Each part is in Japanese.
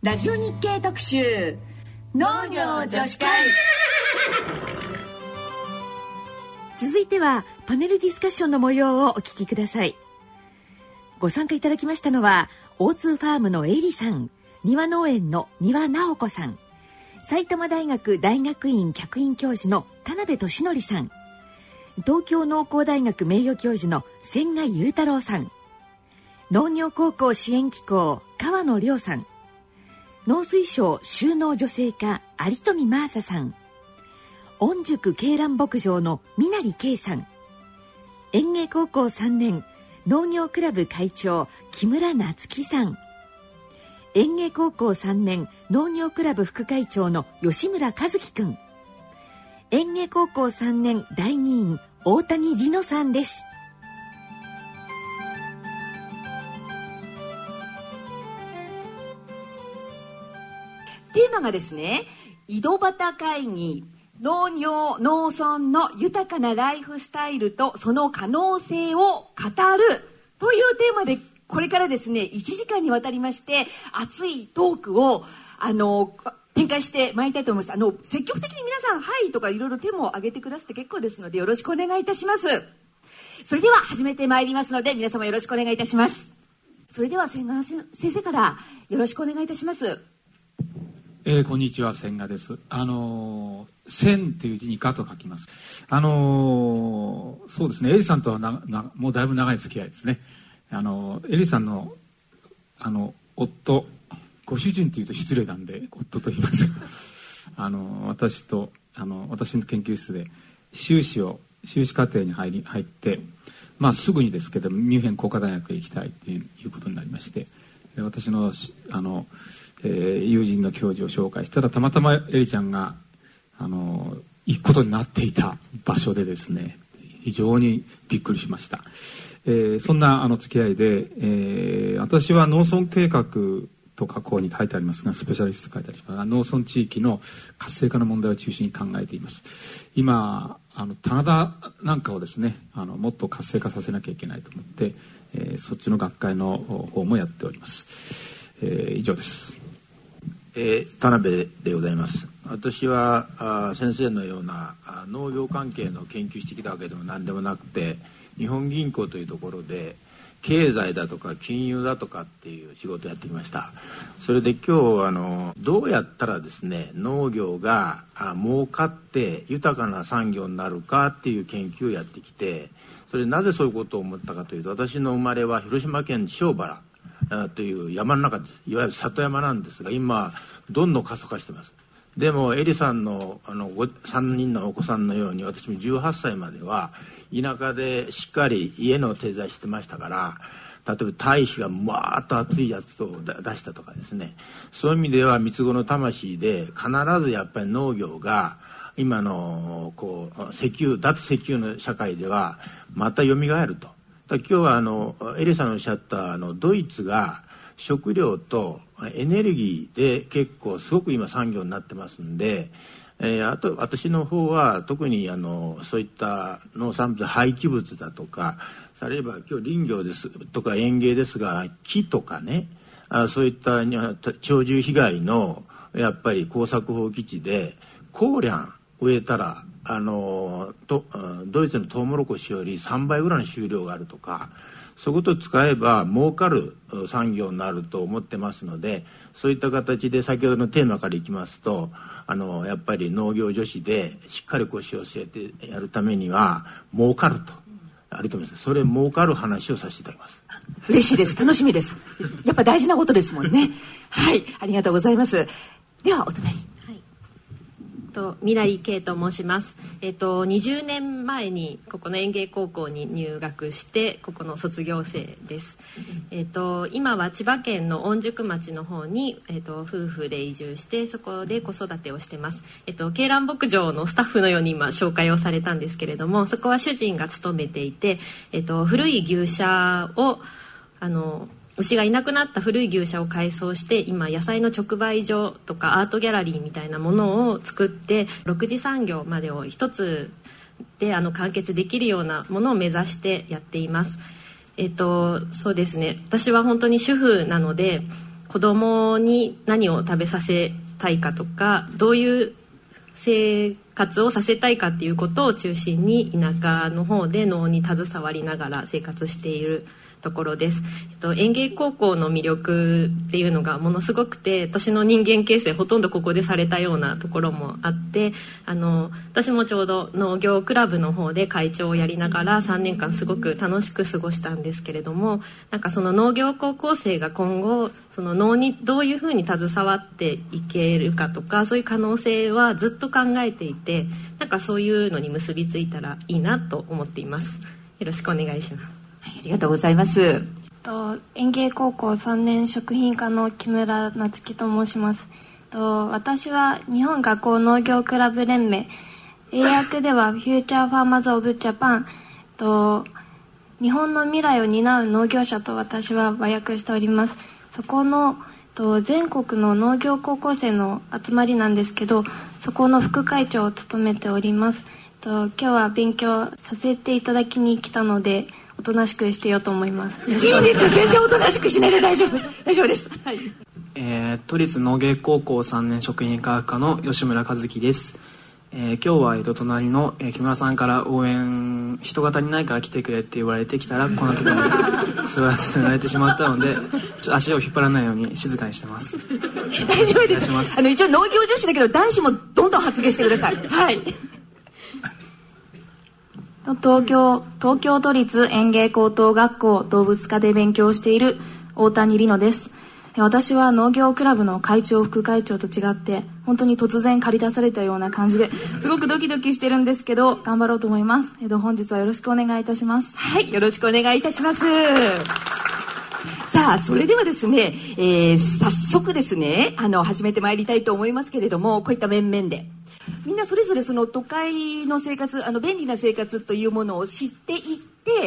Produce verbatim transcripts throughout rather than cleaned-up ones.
ラジオ日経特集農業女子会。 続いてはパネルディスカッションの模様をお聞きください。ご参加いただきましたのはオーツーファームのエリさん、庭農園の庭直子さん、埼玉大学大学院客員教授の田辺俊則さん、東京農工大学名誉教授の千賀裕太郎さん、農業高校支援機構川野亮さん、農水省就農女性課有富真麻さん、御宿鶏卵牧場の南圭さん、園芸高校さんねん農業クラブ会長木村夏樹さん、園芸高校さんねん農業クラブ副会長の吉村和樹くん、園芸高校さんねん第二院大谷里乃さんです。 テーマがですね、井戸端会議、農業農村の豊かなライフスタイルとその可能性を語るというテーマで、これからですねいちじかんにわたりまして熱いトークをあの展開してまいりたいと思います。あの積極的に皆さんはいとかいろいろ手も挙げてくださって結構ですのでよろしくお願いいたします。それでは始めてまいりますので皆様よろしくお願いいたします。それでは千賀先生からよろしくお願いいたします。 えー、こんにちは、千賀です。あのー、千という字に賀と書きます。あのー、そうですね、エリさんとはななもうだいぶ長い付き合いですね。あのー、エリさんのあの夫、ご主人というと失礼なんで夫と言いますあのー、私とあの私の研究室で修士を修士課程に入り入って、まあすぐにですけどミュンヘン工科大学へ行きたいということになりまして、で私のあのえー、友人の教授を紹介したらたまたまエリちゃんがあの行くことになっていた場所でですね、非常にびっくりしました。えー、そんなあの付き合いで、えー、私は農村計画と加工に書いてありますが、スペシャリストと書いてありますが、農村地域の活性化の問題を中心に考えています。今あの棚田なんかをですね、あのもっと活性化させなきゃいけないと思って、えー、そっちの学会の方もやっております。えー、以上です。 えー、田辺でございます。私はあ先生のようなあ農業関係の研究してきたわけでも何でもなくて、日本銀行というところで経済だとか金融だとかっていう仕事をやってきました。それで今日あのどうやったらですね農業があ儲かって豊かな産業になるかっていう研究をやってきて、それなぜそういうことを思ったかというと、私の生まれは広島県塩原という山の中です。いわゆる里山なんですが、今どんどん過疎化してます。でもエリさんのあのさんにんのお子さんのように、私もじゅうはっさいまでは田舎でしっかり家の手伝いしてましたから、例えば堆肥がわーっと熱いやつを出したとかですね、そういう意味では三つ子の魂で必ずやっぱり農業が今のこう石油脱石油の社会ではまた蘇ると。今日はあのエリさんのおっしゃったあのドイツが食料とエネルギーで結構すごく今産業になってますんで、えー、あと私の方は特にあのそういった農産物廃棄物だとか、されれば今日林業ですとか園芸ですが木とかね、あそういった鳥獣被害のやっぱり耕作放棄地でコーリャン植えたらあのとドイツのトウモロコシよりさんばいぐらいの収量があるとか、そういうことを使えば儲かる産業になると思ってますので、そういった形で先ほどのテーマからいきますと、あのやっぱり農業女子でしっかり腰を据えてやるためには儲かるとあると思います。それ儲かる話をさせていただきます。 嬉しいです。楽しみです。やっぱ大事なことですもんね。はい、ありがとうございます。ではお隣。 と南圭と申します。えっとにじゅうねんまえにここの園芸高校に入学してここの卒業生です。えっと今は千葉県の御宿町の方にえっと夫婦で移住してそこで子育てをしてます。えっと鶏卵牧場のスタッフのように今紹介をされたんですけれども、そこは主人が勤めていて、えっと古い牛舎をあの牛がいなくなった古い牛舎を改装して今野菜の直売所とかアートギャラリーみたいなものを作ってろく次産業までを一つであの完結できるようなものを目指してやっています。えっとそうですね、私は本当に主婦なので子供に何を食べさせたいかとか、どういう生活をさせたいかっていうことを中心に田舎の方で農に携わりながら生活しているところです。えっと、園芸高校の魅力っていうのがものすごくて、私の人間形成ほとんどここでされたようなところもあって、あの私もちょうど農業クラブの方で会長をやりながらさんねんかんすごく楽しく過ごしたんですけれども、なんかその農業高校生が今後その農にどういうふうに携わっていけるかとか、そういう可能性はずっと考えていて、なんかそういうのに結びついたらいいなと思っています。よろしくお願いします。 はい、ありがとうございます。 と園芸高校さんねん食品科の木村夏樹と申します。と私は日本学校農業クラブ連盟、英訳ではフューチャーファーマーズオブジャパンと日本の未来を担う農業者と私は和訳しております。そこのと全国の農業高校生の集まりなんですけど、そこの副会長を務めております。と今日は勉強させていただきに来たので、おとなしくしてようと思います。 いいですよ、全然おとなしくしないで大丈夫大丈夫です。はい。 えー、都立農芸高校さんねん食品科学科の吉村和樹です。えー、今日は、えー、と隣の、えー、木村さんから応援人型にないから来てくれって言われてきたら、こんなところに座らせられてしまったので、ちょっと足を引っ張らないように静かにしてます。 大丈夫です。あの一応農業女子だけど男子もどんどん発言してください。はい。 東京東京都立園芸高等学校動物科で勉強している大谷里乃です。私は農業クラブの会長副会長と違って本当に突然借り出されたような感じですごくドキドキしてるんですけど、頑張ろうと思います。えっと本日はよろしくお願いいたします。 はい、よろしくお願いいたします。さあ、それではですね、えー、早速ですね、あの始めてまいりたいと思いますけれども、こういった面々でみんなそれぞれその都会の生活、あの便利な生活というものを知っていって、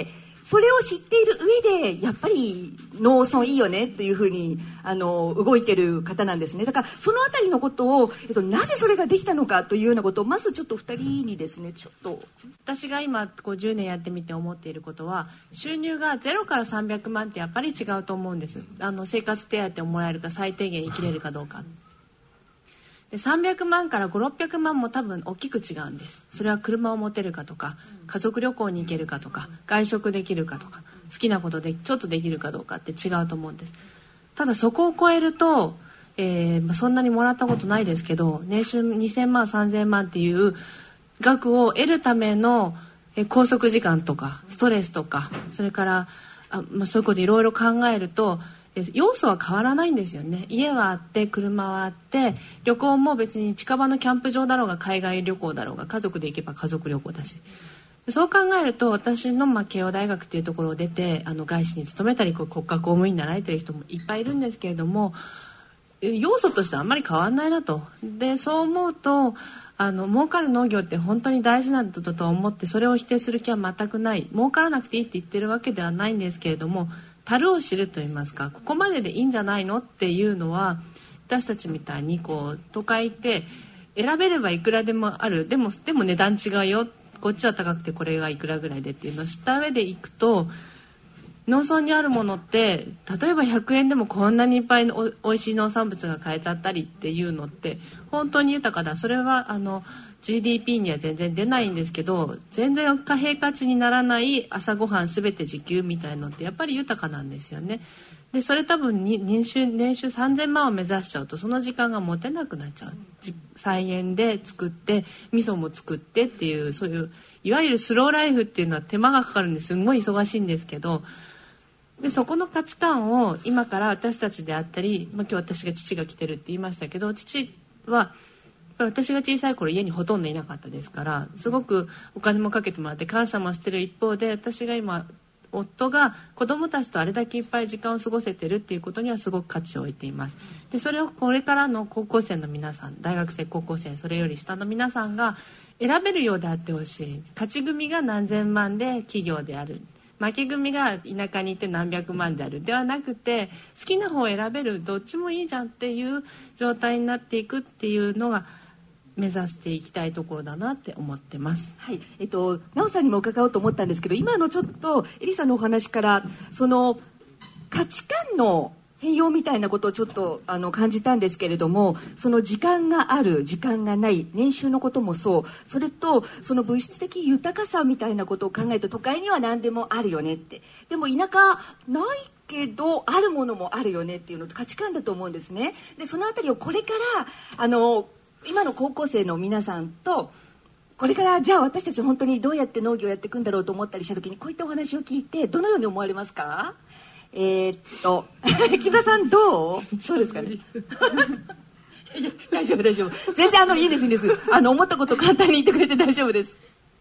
それを知っている上でやっぱり農村いいよねというふうにあの動いてる方なんですね。だからそのあたりのことを、えっと、なぜそれができたのかというようなことをまずちょっとふたりにですね、ちょっと私が今こうじゅうねんやってみて思っていることは、収入がゼロからさんびゃくまんってやっぱり違うと思うんです。あの生活手当をもらえるか、最低限生きれるかどうかで、さんびゃくまんからごひゃくろっぴゃくまんも多分大きく違うんです。それは車を持てるかとか、家族旅行に行けるかとか、外食できるかとか、好きなことでちょっとできるかどうかって違うと思うんです。ただそこを超えると、えーまあ、そんなにもらったことないですけど、年収にせんまんさんぜんまんっていう額を得るためのえ拘束時間とかストレスとか、それからあ、まあ、そういうこといろいろ考えると要素は変わらないんですよね。家はあって、車はあって、旅行も別に近場のキャンプ場だろうが海外旅行だろうが、家族で行けば家族旅行だし、そう考えると私の、まあ、慶応大学っていうところを出てあの外資に勤めたり、こう国家公務員になられてる人もいっぱいいるんですけれども、要素としてあんまり変わんないなと。でそう思うと、あの儲かる農業って本当に大事なんだと思って、それを否定する気は全くない。儲からなくていいって言ってるわけではないんですけれども、樽を知ると言いますか、ここまででいいんじゃないのっていうのは、私たちみたいにこう都会って選べればいくらでもある、でもでも値段違うよ、こっちは高くてこれがいくらぐらいでっていうのを知った上で行くと、農村にあるものって例えばひゃくえんでもこんなにいっぱいのおおいしい農産物が買えちゃったりっていうのって本当に豊かだ。それはあの ジーディーピー には全然出ないんですけど、全然貨幣価値にならない朝ごはんすべて自給みたいのってやっぱり豊かなんですよね。でそれ多分に年収年収さんぜんまんを目指しちゃうとその時間が持てなくなっちゃう。菜園で作って味噌も作ってっていう、そういういわゆるスローライフっていうのは手間がかかるんですごい忙しいんですけど、でそこの価値観を今から私たちであったり、まあ、今日私が父が来てるって言いましたけど、父は私が小さい頃家にほとんどいなかったですから、すごくお金もかけてもらって感謝もしてる一方で、私が今夫が子どもたちとあれだけいっぱい時間を過ごせてるっていうことにはすごく価値を置いています。でそれをこれからの高校生の皆さん、大学生高校生それより下の皆さんが選べるようであってほしい。勝ち組が何千万で企業である、負け組が田舎に行って何百万であるではなくて、好きな方を選べる、どっちもいいじゃんっていう状態になっていくっていうのが目指していきたいところだなって思ってます。 はい、えっと奈緒さんにも伺おうと思ったんですけど、今のちょっとエリさんのお話からその価値観の変容みたいなことをちょっとあの感じたんですけれども、その時間がある時間がない年収のこともそう、それとその物質的豊かさみたいなことを考えると、都会には何でもあるよねって、でも田舎ないけどあるものもあるよねっていうのと価値観だと思うんですね。でそのあたりをこれからあの今の高校生の皆さんと、これからじゃあ私たち本当にどうやって農業をやっていくんだろうと思ったりした時に、こういったお話を聞いてどのように思われますか？えー、っと木村さんどうそうですかね。いや大丈夫大丈夫、全然あのいいですいいです、あの思ったこと簡単に言ってくれて大丈夫です。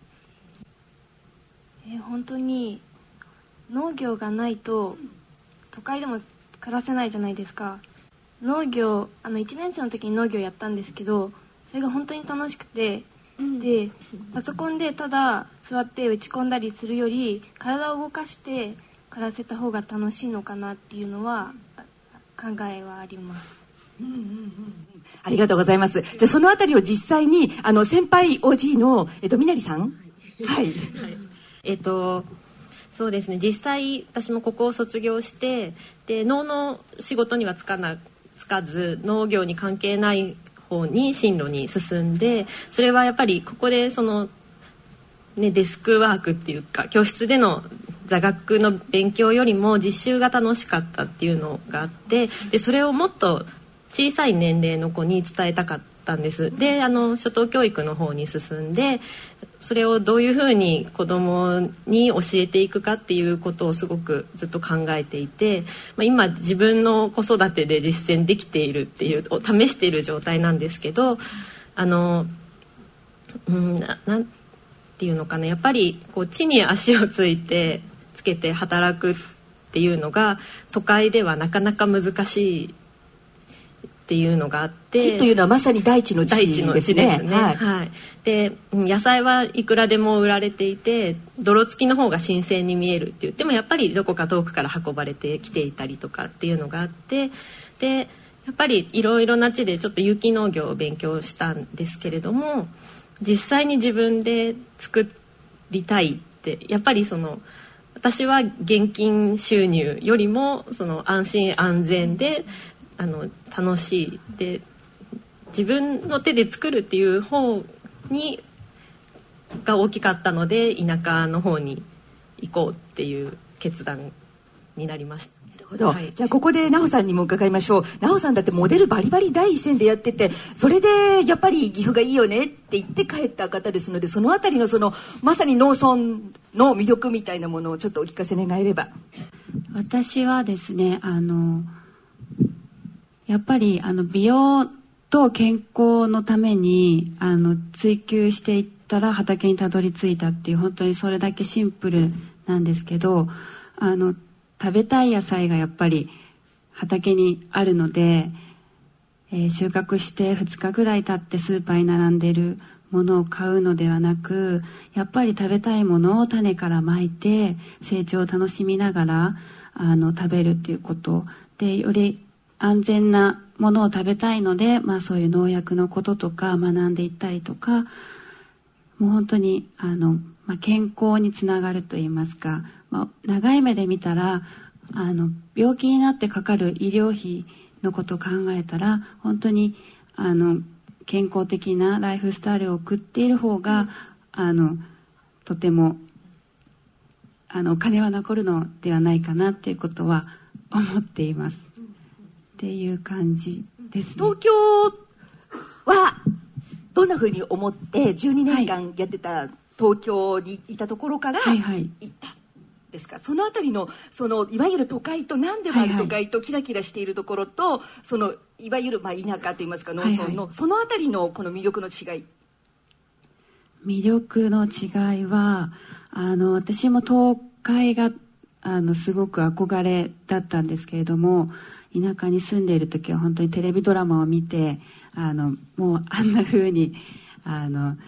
えー、本当に農業がないと都会でも暮らせないじゃないですか。農業あのいちねん生の時に農業やったんですけど、それが本当に楽しくて、うん、でパソコンでただ座って打ち込んだりするより体を動かして暮らせた方が楽しいのかなっていうのは考えはあります。 うんうんうん、ありがとうございます。じゃあそのあたりを実際にあの先輩 オージー の、えっと、みなりさん、はい、はい、 えっとそうですね、実際私もここを卒業して、で農の仕事にはつかなつかず農業に関係ない方に進路に進んで、それはやっぱりここでその、ね、デスクワークっていうか教室での座学の勉強よりも実習が楽しかったっていうのがあって、でそれをもっと小さい年齢の子に伝えたかったんです。であの初等教育の方に進んで、それをどういうふうに子どもに教えていくかっていうことをすごくずっと考えていて、まあ、今自分の子育てで実践できているっていうを試している状態なんですけど、あの、うん、ななんていうのかな、やっぱりこう地に足をついてつけて働くっていうのが都会ではなかなか難しいっていうのがあって、 地というのはまさに大地の地ですね。大地の地ですね。 はい。はい、で野菜はいくらでも売られていて、泥付きの方が新鮮に見えるって言ってもやっぱりどこか遠くから運ばれてきていたりとかっていうのがあって、でやっぱりいろいろな地でちょっと有機農業を勉強したんですけれども、実際に自分で作りたいってやっぱりその私は現金収入よりもその安心安全であの楽しいで自分の手で作るっていう方にが大きかったので、田舎の方に行こうっていう決断になりました。 なるほど、はい、じゃあここで奈穂さんにも伺いましょう。奈穂さんだってモデルバリバリ第一線でやってて、それでやっぱり岐阜がいいよねって言って帰った方ですので、そのあたりのそのまさに農村の魅力みたいなものをちょっとお聞かせ願えれば。 私はですね、あのやっぱりあの美容と健康のためにあの追求していったら畑にたどり着いたっていう、本当にそれだけシンプルなんですけど、あの食べたい野菜がやっぱり畑にあるので、えー、収穫してふつかぐらい経ってスーパーに並んでいるものを買うのではなく、やっぱり食べたいものを種からまいて成長を楽しみながらあの食べるっていうことで、より安全なものを食べたいので、まあ、そういう農薬のこととか学んでいったりとか、もう本当にあの、まあ、健康につながるといいますか、まあ、長い目で見たらあの病気になってかかる医療費のことを考えたら、本当にあの健康的なライフスタイルを送っている方があのとてもあのお金は残るのではないかなっていうことは思っていますっていう感じですね。 東京はどんなふうに思ってじゅうにねんかんやってた東京にいたところから行ったですか？はいはい、そのあたりのそのいわゆる都会と何でもある都会とキラキラしているところと、はいはい、そのいわゆるまあ田舎といいますか農村の、はいはい、そのあたりのこの魅力の違い。 魅力の違いはあの私も東海があのすごく憧れだったんですけれども、田舎に住んでいる時は本当にテレビドラマを見て、あのもうあんな風にあの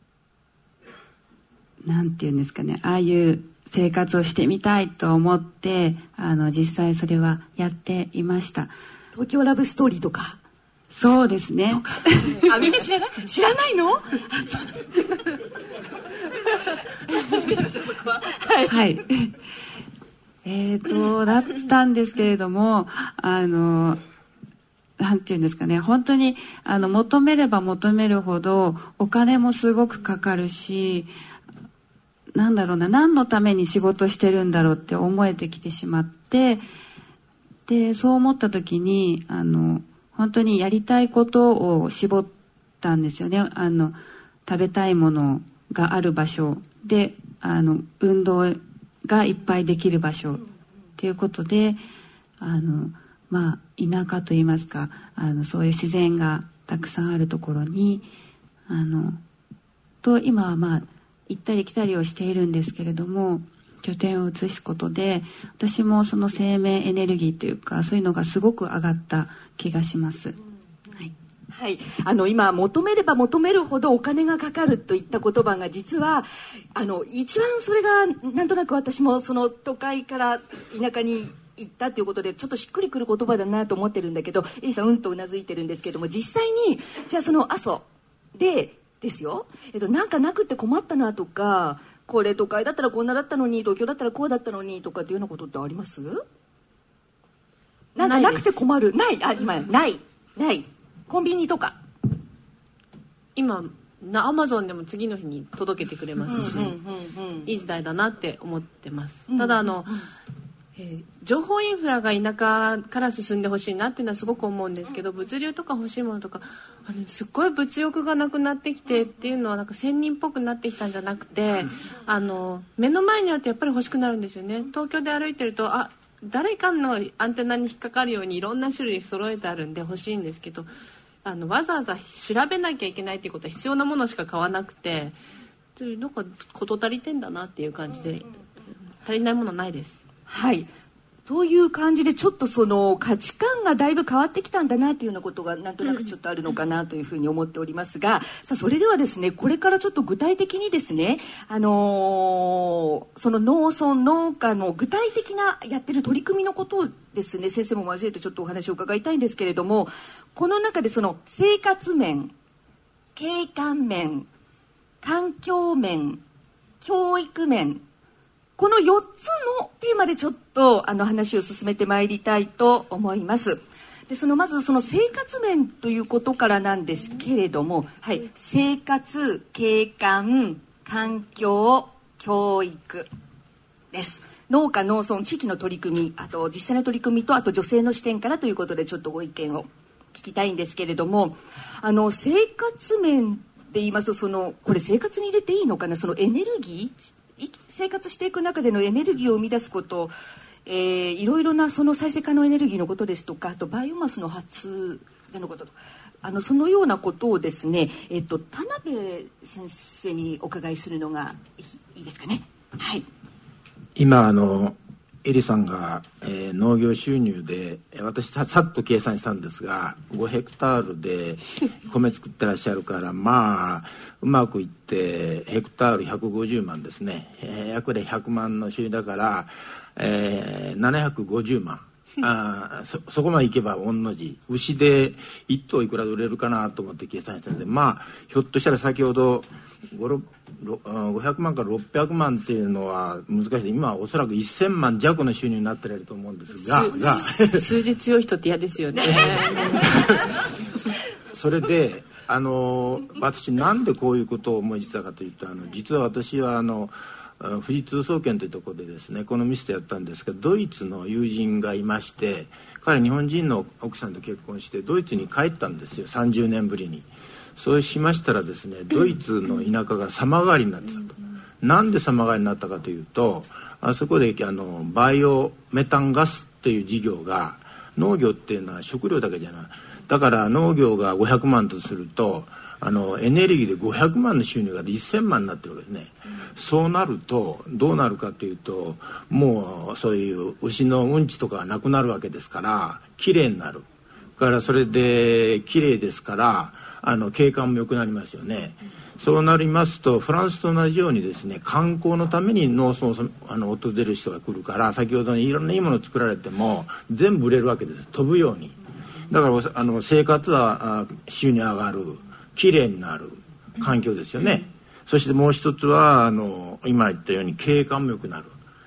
なんていうんですかね、ああいう生活をしてみたいと思ってあの実際それはやっていました。 東京ラブストーリーとか。 そうですね。 あ、みんな知らない？知らないの？はい。 はい。 えーとだったんですけれども、あのなんていうんですかね、本当にあの求めれば求めるほどお金もすごくかかるし、なんだろうな、何のために仕事してるんだろうって思えてきてしまって、でそう思った時にあの本当にやりたいことを絞ったんですよね。あの食べたいものがある場所で、あの運動がいっぱいできる場所っていうことで、あのまあ田舎といいますか、あのそういう自然がたくさんあるところにあのと今はまあ行ったり来たりをしているんですけれども、拠点を移すことで私もその生命エネルギーというか、そういうのがすごく上がった気がします。はいはい、あの今求めれば求めるほどお金がかかるといった言葉が、実はあの一番それがなんとなく私もその都会から田舎に行ったということでちょっとしっくりくる言葉だなと思ってるんだけど、エリさんうんとうなずいてるんですけども、実際にじゃあその阿蘇でですよ、えっと、なんかなくって困ったなとか、これ都会だったらこんなだったのに、東京だったらこうだったのにとかっていうようなことってあります？なんかなくて困る、ない、あ、今ないないコンビニとか今アマゾンでも次の日に届けてくれますし、うんうんうんうん、いい時代だなって思ってます。ただあの、うんうん、えー、情報インフラが田舎から進んでほしいなっていうのはすごく思うんですけど、物流とか欲しいものとか、あのすっごい物欲がなくなってきてっていうのはなんか仙人っぽくなってきたんじゃなくて、あの目の前にあるとやっぱり欲しくなるんですよね。東京で歩いてると、あ、誰かのアンテナに引っかかるようにいろんな種類揃えてあるんで欲しいんですけど、あのわざわざ調べなきゃいけないっていうことは必要なものしか買わなくて、なんか事足りてんだなっていう感じで、足りないものないです。 はい、という感じでちょっとその価値観がだいぶ変わってきたんだなというようなことがなんとなくちょっとあるのかなというふうに思っておりますが、さあそれではですね、これからちょっと具体的にですね、あのー、その農村農家の具体的なやってる取り組みのことをですね、先生も交えてちょっとお話を伺いたいんですけれども、この中でその生活面、景観面、環境面、教育面、このよっつのテーマでちょっとあの話を進めてまいりたいと思います。でそのまずその生活面ということからなんですけれども、はい、生活、景観、環境、教育です。農家農村地域の取り組み、あと実際の取り組みと、あと女性の視点からということでちょっとご意見を聞きたいんですけれども、あの生活面で言いますと、そのこれ生活に入れていいのかな、そのエネルギー、生活していく中でのエネルギーを生み出すこと、えー、いろいろなその再生可能エネルギーのことですとか、あとバイオマスの発電のことと、あのそのようなことをですね、えっと、田辺先生にお伺いするのがいいですかね。はい、 今あのエリさんが、えー、農業収入で私さっと計算したんですが、ごヘクタールで米作ってらっしゃるからまあうまくいってヘクタールひゃくごじゅうまんですね、えー、約でひゃくまんの収入だから、えー、ななひゃくごじゅうまんあ そ, そこまでいけば御の字、牛でいっ頭いくらで売れるかなと思って計算したので、まあひょっとしたら先ほどごひゃくまんからろっぴゃくまんっていうのは難しい、今はおそらくせんまん弱の収入になっていると思うんですがが数字強い人って嫌ですよねそれであの私なんでこういうことを思いついたかというと、あの実は私はあの富士通総研というところでですねエコノミストやったんですけど、ドイツの友人がいまして、彼日本人の奥さんと結婚してドイツに帰ったんですよ、さんじゅうねんぶりに。そうしましたらですね、ドイツの田舎が様変わりになってたと。なんで様変わりになったかというと、あそこであのバイオメタンガスっていう事業が、農業っていうのは食料だけじゃない、だから農業がごひゃくまんとすると、あのエネルギーでごひゃくまんの収入がせんまんになってるわけですね。そうなるとどうなるかというと、もうそういう牛のうんちとかがなくなるわけですから、きれいになるからそれできれいですから、あの景観も良くなりますよね。そうなりますとフランスと同じようにですね、観光のために農村をあの訪れる人が来るから、先ほどのいろんないいものを作られても全部売れるわけです、飛ぶように。だからあの生活は収入上がる、きれいになる環境ですよね。そしてもう一つはあの今言ったように景観も良くなる。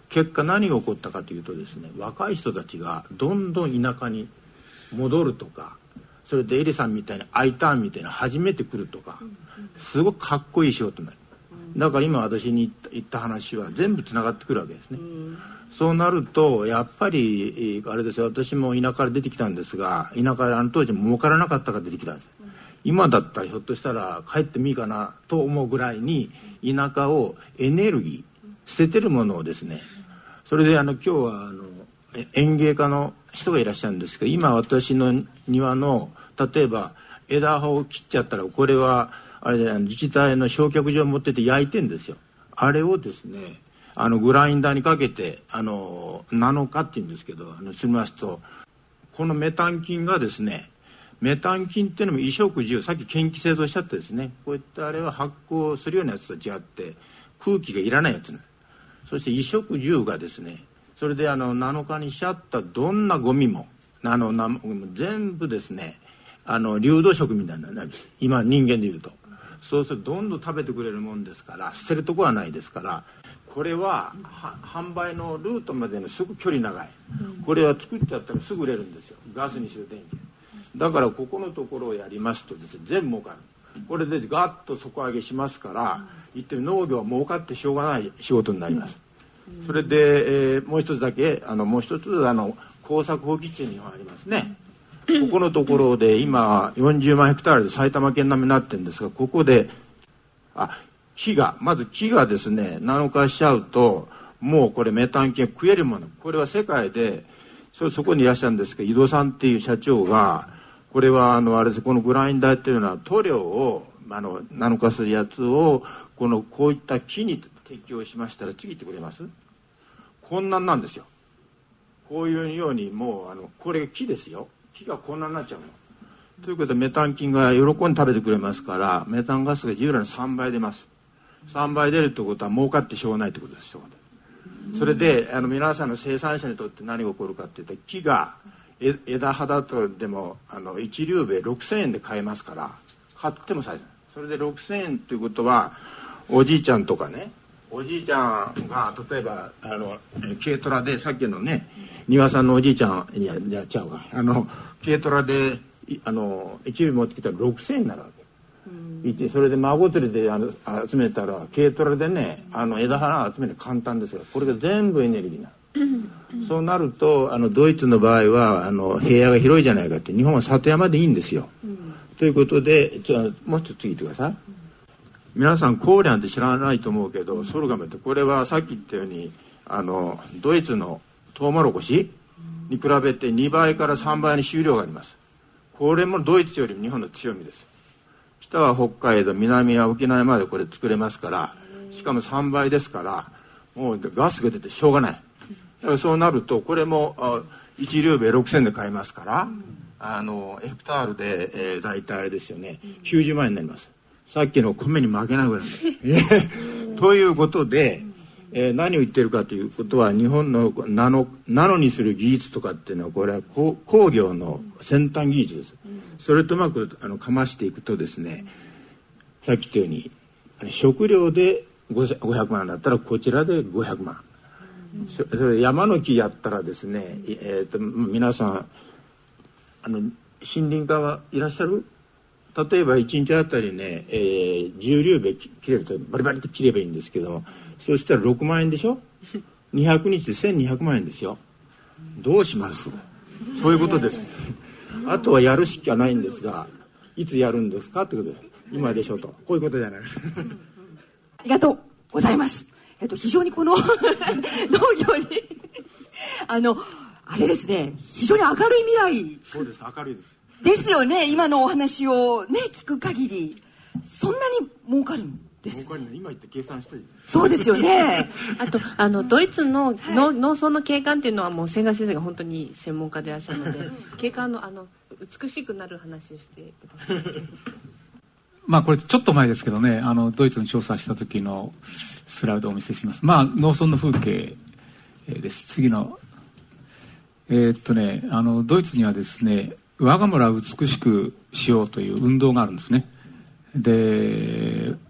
結果何が起こったかというとですね、若い人たちがどんどん田舎に戻るとか、それでエリさんみたいに I ターンみたいな初めて来るとか、すごくかっこいい仕事になる。だから今私に言った話は全部つながってくるわけですね。そうなるとやっぱりあれですよ、私も田舎から出てきたんですが、田舎であの当時儲からなかったから出てきたんです。今だったらひょっとしたら帰ってもいいかなと思うぐらいに田舎をエネルギー捨ててるものをですね、それであの今日はあの園芸家の人がいらっしゃるんですけど、今私の庭の例えば枝葉を切っちゃったら、これはあれで自治体の焼却場を持ってて焼いてんですよ。あれをですね、あのグラインダーにかけてあのナノ化っていうんですけど、あのすみますと、このメタン菌がですね、メタン菌っていうのも衣食住、さっき嫌気性とおっしゃってですね、こういったあれは発酵するようなやつと違って空気がいらないやつなんです。そして衣食住がですね、それであのナノ化にしちゃったどんなゴミもあのな全部ですね、あの流動食みたいになるんです。今人間でいうと、そうするとどんどん食べてくれるもんですから、捨てるとこはないですから、これは販売のルートまでのすぐ距離長い。これは作っちゃったらすぐ売れるんですよ、ガスにする電気。だからここのところをやりますとですね、全部儲かる。これでガッと底上げしますから、言って農業は儲かってしょうがない仕事になります。それで、えー、もう一つだけあのもう一つあの耕作放棄地にありますね。ここのところで今よんじゅうまんヘクタールで埼玉県並みになってるんですが、ここであ木がまず木がですねナノ化しちゃうと、もうこれメタン菌食えるもの、これは世界で そ, そこにいらっしゃるんですけど、井戸さんっていう社長が、これはあのあれです、このグラインダーっていうのは塗料をあのナノ化するやつをこのこういった木に適用しましたら、次言ってくれます？こんなんなんですよ。こういうようにもうあのこれ木ですよ。木がこんなになっちゃうの。ということでメタン菌が喜んで食べてくれますから、メタンガスが従来のさんばい出ます。さんばい出るってことは儲かってしょうがないってことです。それであの皆さんの生産者にとって何が起こるかっていったら、木が枝葉だとでもあのいちリュウベイろくせんえんで買えますから、買っても最初。それでろくせんえんということは、おじいちゃんとかね、おじいちゃんが例えばあの軽トラで、さっきのね庭さんのおじいちゃんにやっちゃうが、あの軽トラであのいちリュウベイ持ってきたらろくせんえんになるわけ。それで孫連れであの集めたら、軽トラでねあの枝葉を集めるの簡単ですが、これが全部エネルギーになる。そうなるとあのドイツの場合はあの平野が広いじゃないかって、日本は里山でいいんですよ。ということで、ちょもうちょっと次行ってください。皆さんコーリャンって知らないと思うけど、ソルガムってこれはさっき言ったようにあのドイツのトウモロコシに比べてにばいからさんばいに収量があります。これもドイツよりも日本の強みです。北は北海道、南は沖縄までこれ作れますから、しかもさんばいですから、もうガスが出てしょうがない。だからそうなるとこれもいちリュウベイろくせんえんで買えますから、あのヘクタールで、えー、大体あれですよね、きゅうじゅうまんえんになります。さっきの米に負けないぐらいということで、えー、何を言ってるかということは、日本のナノ、ナノにする技術とかっていうのは、これは工業の先端技術です。それとうまくあのかましていくとですね、さっき言ったように食料でごひゃくまんだったらこちらでごひゃくまん、うん、それ山の木やったらですね、えー、と皆さんあの森林家はいらっしゃる？例えばいちにちあたりね、えー、じゅうリュウベイ切れるとバリバリって切ればいいんですけど、そうしたらろくまんえんでしょ。にひゃくにちでせんにひゃくまんえんですよ。どうします？そういうことです。あとはやるしかないんですが、いつやるんですかってことで、今でしょと、こういうことじゃない。 ありがとうございます。えっと非常にこの農業にあのあれですね、非常に明るい未来。 そうです、明るいです。 ですよね。今のお話をね聞く限り、そんなに儲かるんです。 儲かるの今言って計算してる。 そうですよね。 あとあのドイツの、はい、農村の景観っていうのはもう千賀先生が本当に専門家でいらっしゃるので、景観のあの美しくなる話をしてください。 まあこれちょっと前ですけどね、あのドイツに調査した時のスライドをお見せします。まあ農村の風景です。次のえー、っとねあのドイツにはですね、我が村を美しくしようという運動があるんですね。で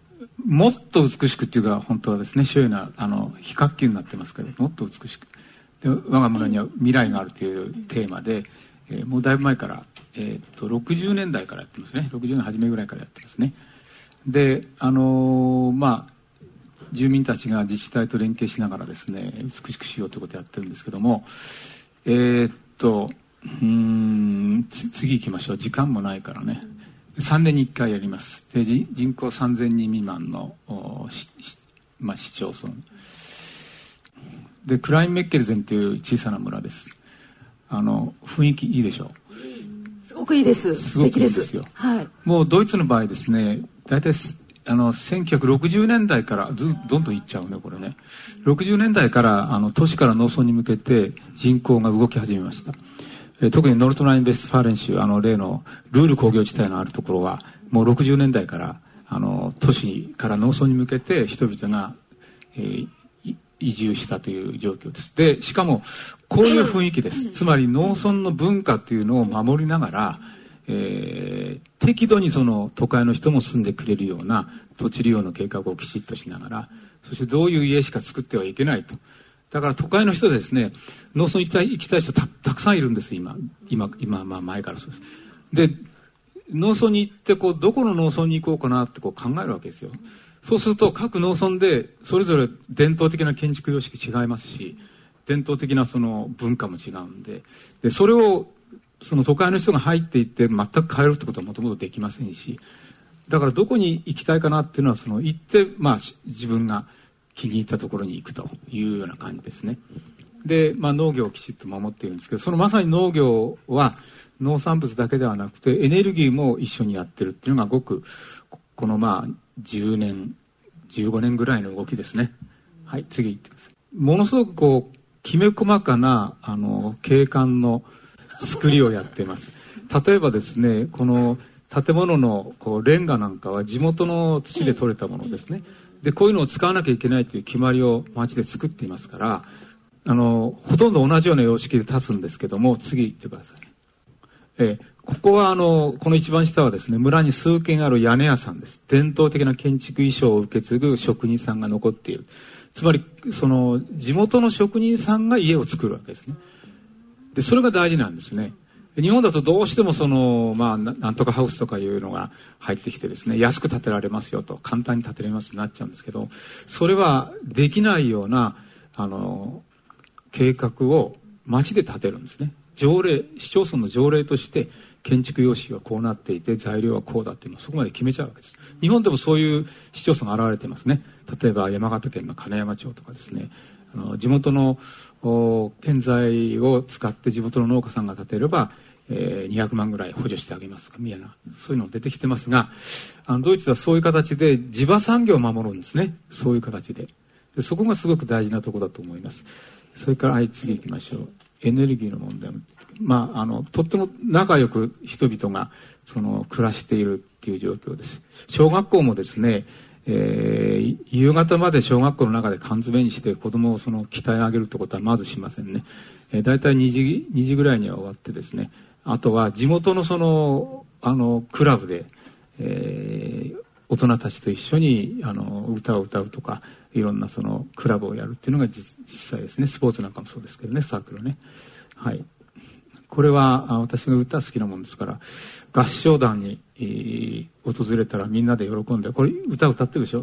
もっと美しくっていうか、本当はですね、ショエナ、あの、非角球になってますけど、もっと美しく。で、我が村には未来があるというテーマで、えー、もうだいぶ前から、えっと、ろくじゅうねんだいからやってますね。ろくじゅうねん初めぐらいからやってますね。で、あのー、まあ、住民たちが自治体と連携しながらですね、美しくしようということをやってるんですけども、えー、っと、うーん、次行きましょう。時間もないからね。さんねんにいっかいやります。で、人口さんぜんにん未満の、まあ、市町村。で、クラインメッケルゼンという小さな村です。あの、雰囲気いいでしょう。 すごくいいです。 すごくいいですよ。 はい。 もうドイツの場合ですね、大体あのせんきゅうひゃくろくじゅうねんだいからずどんどんいっちゃうね、これね。ろくじゅうねんだいからあの都市から農村に向けて人口が動き始めました。えー、特にノルトライン・ベストファーレン州、あの例のルール工業地帯のあるところはもうろくじゅうねんだいからあの都市から農村に向けて人々が、えー、移住したという状況です。で、しかもこういう雰囲気です。つまり農村の文化というのを守りながら、えー、適度にその都会の人も住んでくれるような土地利用の計画をきちっとしながら、そしてどういう家しか作ってはいけないと。だから都会の人ですね、農村行きたい、行きたい人 た, たくさんいるんです、今。今、今、まあ前からそうです。で、農村に行ってこう、どこの農村に行こうかなってこう考えるわけですよ。そうすると各農村でそれぞれ伝統的な建築様式違いますし、伝統的なその文化も違うんで、で、それをその都会の人が入っていって全く変えるってことはもともとできませんし、だからどこに行きたいかなっていうのは、その行って、まあ自分が気に入ったところに行くというような感じですね。で、まあ農業をきちっと守っているんですけど、そのまさに農業は農産物だけではなくてエネルギーも一緒にやってるっていうのがごく、このまあじゅうねん、じゅうごねんぐらいの動きですね。はい、次行ってください。ものすごくこう、きめ細かな、あの、景観の作りをやっています。例えばですね、この建物のこうレンガなんかは地元の土で採れたものですね。で、こういうのを使わなきゃいけないという決まりを町で作っていますから、あの、ほとんど同じような様式で立つんですけども、次行ってください。えー、ここはあの、この一番下はですね、村に数軒ある屋根屋さんです。伝統的な建築衣装を受け継ぐ職人さんが残っている。つまり、その、地元の職人さんが家を作るわけですね。で、それが大事なんですね。日本だとどうしてもその、まあ、なんとかハウスとかいうのが入ってきてですね、安く建てられますよと、簡単に建てられますとなっちゃうんですけど、それはできないような、あの、計画を町で建てるんですね。条例、市町村の条例として建築様式はこうなっていて材料はこうだっていうのをそこまで決めちゃうわけです。日本でもそういう市町村が現れていますね。例えば山形県の金山町とかですね、あの地元の建材を使って地元の農家さんが建てれば、えー、にひゃくまんぐらい補助してあげますかみたいな、そういうの出てきてますが、あのドイツではそういう形で地場産業を守るんですね。そういう形で。でそこがすごく大事なところだと思います。それからはい次行きましょう。エネルギーの問題も、まあ、あのとっても仲良く人々がその暮らしているっていう状況です。小学校もですね、えー、夕方まで小学校の中で缶詰にして子供をその鍛え上げるってことはまずしませんね。えー、だいたいにじ、にじぐらいには終わってですね、あとは地元のそのあのクラブで、えー、大人たちと一緒にあの歌を歌うとか、いろんなそのクラブをやるっていうのが 実, 実際ですね。スポーツなんかもそうですけどね、サークルね。はい。これは私が歌好きなもんですから、合唱団に、えー、訪れたらみんなで喜んで、これ歌歌ってるでしょ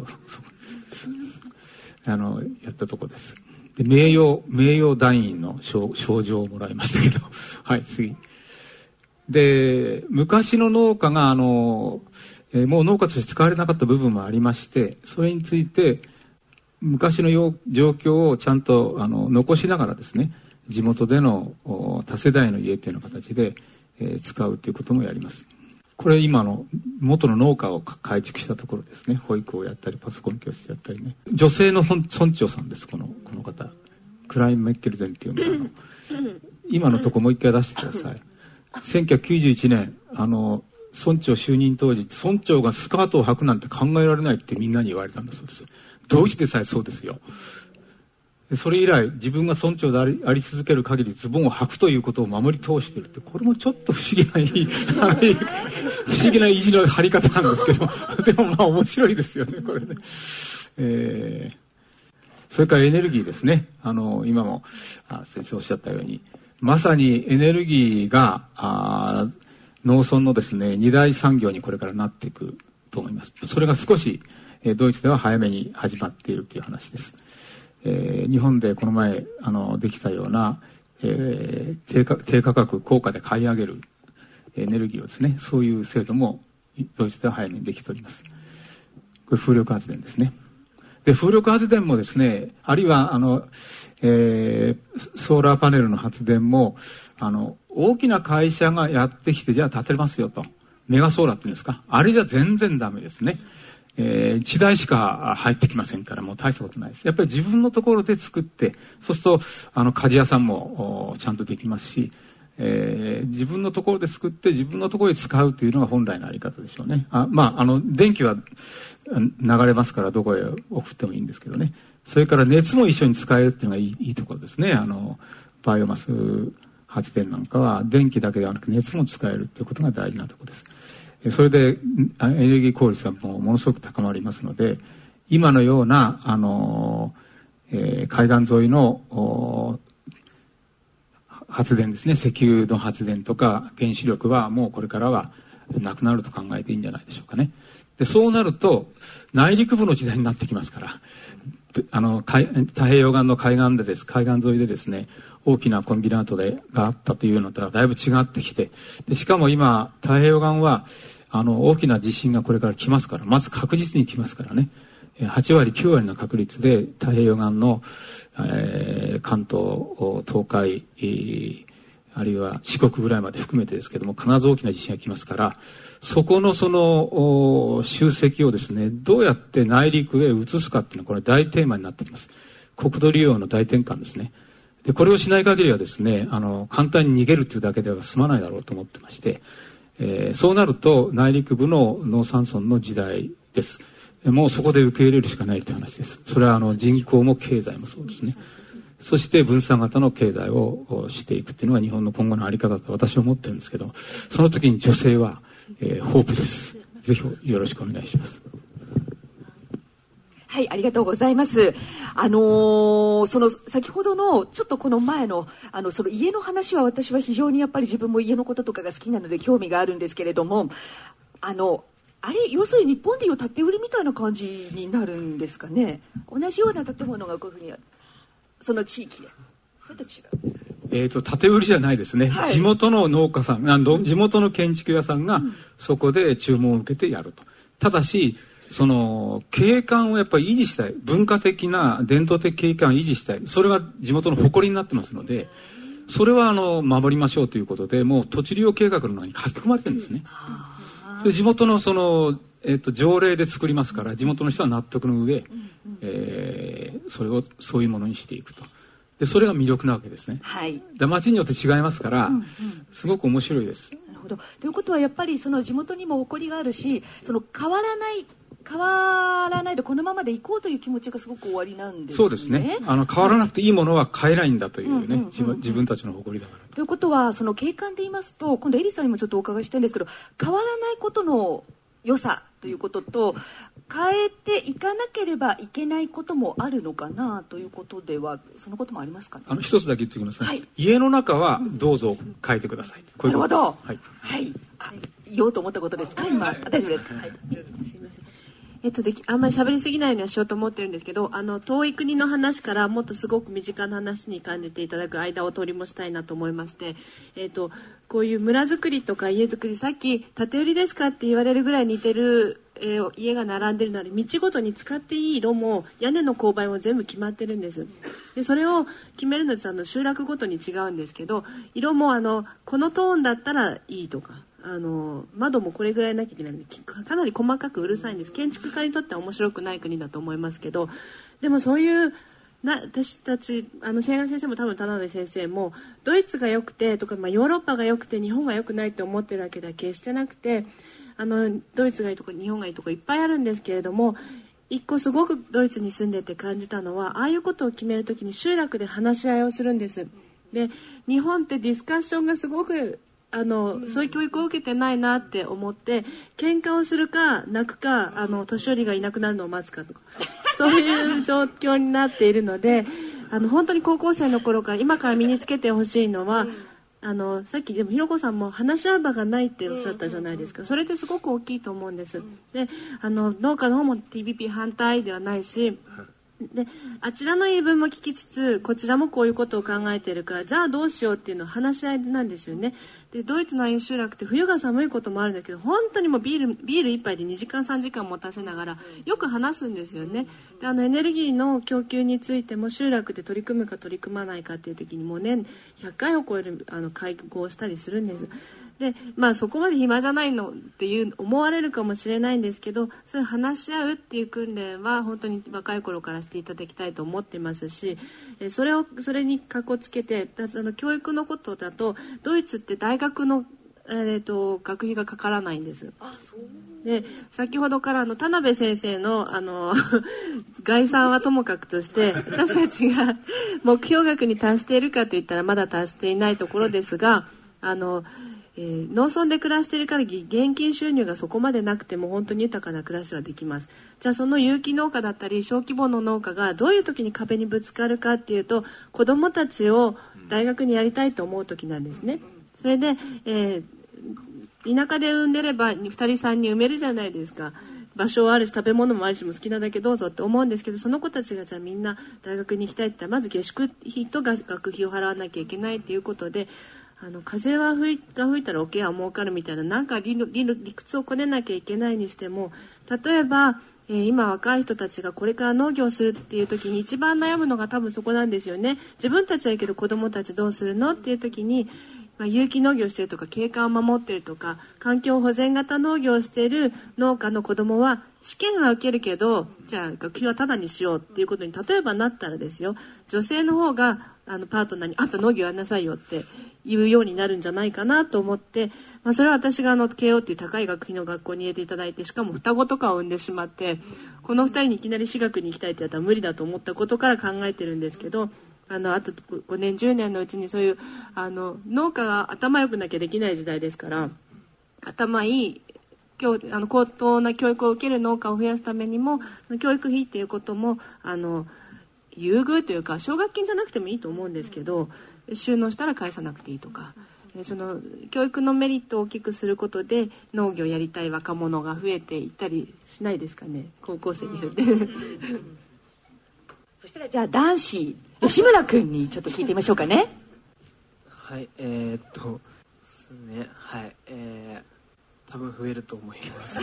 あの、やったとこです。で、名誉、名誉団員の賞状をもらいましたけど、はい、次。で、昔の農家が、あの、えー、もう農家として使われなかった部分もありまして、それについて、昔の状況をちゃんとあの残しながらですね、地元での多世代の家というような形で、えー、使うということもやります。これ今の元の農家を改築したところですね。保育をやったりパソコン教室やったりね。女性の村長さんです。このこの方クライン・メッケルゼンっていうのは今のとこもう一回出してください。せんきゅうひゃくきゅうじゅういちねんあの村長就任当時、村長がスカートを履くなんて考えられないってみんなに言われたんだそうです。ドイツでさえそうですよ。 それ以来自分が村長であり、あり続ける限りズボンを履くということを守り通しているって、これもちょっと不思議な不思議な意地の張り方なんですけどでもまあ面白いですよねこれね。えー、それからエネルギーですね。あの今もあ先生おっしゃったように、まさにエネルギーがあ農村のですね二大産業にこれからなっていくと思います。それが少し、えー、ドイツでは早めに始まっているという話です。えー、日本でこの前あのできたような、えー、低価、低価格高価で買い上げるエネルギーをですね、そういう制度もドイツでは早めにできております。これ風力発電ですね。で風力発電もですね、あるいはあの、えー、ソーラーパネルの発電もあの大きな会社がやってきて、じゃあ建てますよと、メガソーラーっていうんですか、あれじゃ全然ダメですね。えー、地代しか入ってきませんから、もう大したことないです。やっぱり自分のところで作って、そうするとあの鍛冶屋さんもちゃんとできますし、えー、自分のところで作って自分のところで使うというのが本来のあり方でしょうね。あ、まああの電気は流れますからどこへ送ってもいいんですけどね。それから熱も一緒に使えるっていうのがいい、いいところですね。あのバイオマス発電なんかは電気だけではなく熱も使えるということが大事なところです。それでエネルギー効率がもうものすごく高まりますので、今のようなあの、えー、海岸沿いの発電ですね、石油の発電とか原子力はもうこれからはなくなると考えていいんじゃないでしょうかね。でそうなると内陸部の時代になってきますから、あの太平洋岸の海岸でです海岸沿いでですね、大きなコンビナートでがあったというのとはだいぶ違ってきて、でしかも今太平洋岸はあの大きな地震がこれから来ますから、まず確実に来ますからね、はち割きゅう割の確率で太平洋岸の、えー、関東東海、えー、あるいは四国ぐらいまで含めてですけども、必ず大きな地震が来ますから、そこのその集積をですね、どうやって内陸へ移すかっていうのはこれ大テーマになってきます。国土利用の大転換ですね。でこれをしない限りはですね、あの簡単に逃げるというだけでは済まないだろうと思ってまして、えー、そうなると内陸部の農山村の時代です。もうそこで受け入れるしかないという話です。それはあの人口も経済もそうですね。そして分散型の経済をしていくっていうのが日本の今後のあり方だと私は思ってるんですけど、その時に女性は、えー、ホープです。ぜひよろしくお願いします。 はい、ありがとうございます。あのー、その先ほどのちょっとこの前のあのその家の話は、私は非常にやっぱり自分も家のこととかが好きなので興味があるんですけれども、あのあれ要するに日本でいう建て売りみたいな感じになるんですかね。同じような建物がこういうふうにその地域で、それと違うんですか。 えーと、建て売りじゃないですね、はい、地元の農家さん、あの地元の建築屋さんがそこで注文を受けてやると。ただしその景観をやっぱり維持したい、文化的な伝統的景観を維持したい、それが地元の誇りになってますので、それはあの守りましょうということで、もう土地利用計画の中に書き込まれてるんですね。それ地元のその、えーと、条例で作りますから、地元の人は納得の上、えー、それをそういうものにしていくと。でそれが魅力なわけですね。はい。で町によって違いますから、うんうん、すごく面白いです。 なるほど。ということはやっぱりその地元にも誇りがあるし、その変わらない変わらないでこのままで行こうという気持ちがすごく終わりなんですね。 そうですね。あの変わらなくていいものは変えないんだというね、うんうんうんうん、自分、自分たちの誇りだから。 ということはその景観で言いますと、今度エリさんにもちょっとお伺いしたいんですけど、変わらないことの良さということと、変えていかなければいけないこともあるのかなということでは、そのこともありますかね。 あの一つだけ言っておきますね、はい、家の中はどうぞ変えてください、うん、こういうこと。 なるほど。はい、はい、あ、言おうと思ったことですか今、はい、大丈夫ですか。はい、すいません。 えっと、できあんまり喋りすぎないようにはしようと思ってるんですけど、あの遠い国の話からもっとすごく身近な話に感じていただく間を取り持ちたいなと思いまして、えっと、こういう村づくりとか家づくり、さっき建て売りですかって言われるぐらい似てる、えー、家が並んでるのに、道ごとに使っていい色も屋根の勾配も全部決まってるんです。でそれを決めるのはあの集落ごとに違うんですけど、色もあのこのトーンだったらいいとか、あの窓もこれぐらいなきゃいけないので、かなり細かくうるさいんです。建築家にとっては面白くない国だと思いますけど、でもそういうな私たちあの千賀先生も多分田辺先生もドイツが良くてとか、まあ、ヨーロッパが良くて日本が良くないって思ってるわけでは決してなくて、あのドイツがいいとか日本がいいとかいっぱいあるんですけれども、 一個すごくドイツに住んでて感じたのは、ああいうことを決めるときに集落で話し合いをするんです。で、日本ってディスカッションがすごくあの、うん、そういう教育を受けてないなって思って、喧嘩をするか泣くか、あの年寄りがいなくなるのを待つかとかそういう状況になっているので、あの本当に高校生の頃から今から身につけてほしいのは、うん、あのさっきでもひろこさんも話し合う場がないっておっしゃったじゃないですか。それってすごく大きいと思うんです。で、あの農家の方も ティービーピー 反対ではないし、であちらの言い分も聞きつつ、こちらもこういうことを考えているから、じゃあどうしようっていうのは話し合いなんですよね。でドイツのああいう集落って冬が寒いこともあるんだけど、本当にもうビールビール一杯でにじかんさんじかん持たせながらよく話すんですよね。であのエネルギーの供給についても集落で取り組むか取り組まないかっていう時にもう年ひゃっかいを超えるあの会合をしたりするんです。でまあそこまで暇じゃないのっていう思われるかもしれないんですけど、そういう話し合うっていう訓練は本当に若い頃からしていただきたいと思ってますし、それをそれにかこつけて、あの教育のことだとドイツって大学の、えー、と学費がかからないんです。あ、そうで先ほどからあの田辺先生のあの概算はともかくとして、私たちが目標額に達しているかといったらまだ達していないところですが、あのえー、農村で暮らしている限り現金収入がそこまでなくても本当に豊かな暮らしはできます。じゃあその有機農家だったり小規模の農家がどういう時に壁にぶつかるかっていうと、子どもたちを大学にやりたいと思う時なんですね。それで、えー、田舎で産んでればふたりさんに産めるじゃないですか。場所はあるし食べ物もあるしも好きなだけどうぞって思うんですけど、その子たちがじゃあみんな大学に行きたいって言ったらまず下宿費と学費を払わなきゃいけないっていうことで、あの風は吹いが吹いたら桶は儲かるみたいな、なんか理の理の理屈をこねなきゃいけないにしても、例えば、えー、今若い人たちがこれから農業するっていう時に一番悩むのが多分そこなんですよね。自分たちはいいけど子どもたちどうするのっていう時に、まあ、有機農業してるとか景観を守ってるとか環境保全型農業をしている農家の子どもは試験は受けるけど、じゃあ学費はタダにしようっていうことに例えばなったらですよ、女性の方があのパートナーにあんた農業やんなさいよって言うようになるんじゃないかなと思って、まあ、それは私があの慶応っていう高い学費の学校に入れていただいて、しかも双子とかを産んでしまって、このふたりにいきなり私学に行きたいってやったら無理だと思ったことから考えてるんですけど、あのあとごねんじゅうねんのうちにそういうあの農家が頭良くなきゃできない時代ですから、頭いい教あの高等な教育を受ける農家を増やすためにも、その教育費っていうこともあの優遇というか奨学金じゃなくてもいいと思うんですけど、収納したら返さなくていいとか、その教育のメリットを大きくすることで農業やりたい若者が増えていったりしないですかね、高校生によってそしたらじゃあ男子吉村くんにちょっと聞いてみましょうかね。 はい、えー、っとそうね、はい、えー、多分増えると思います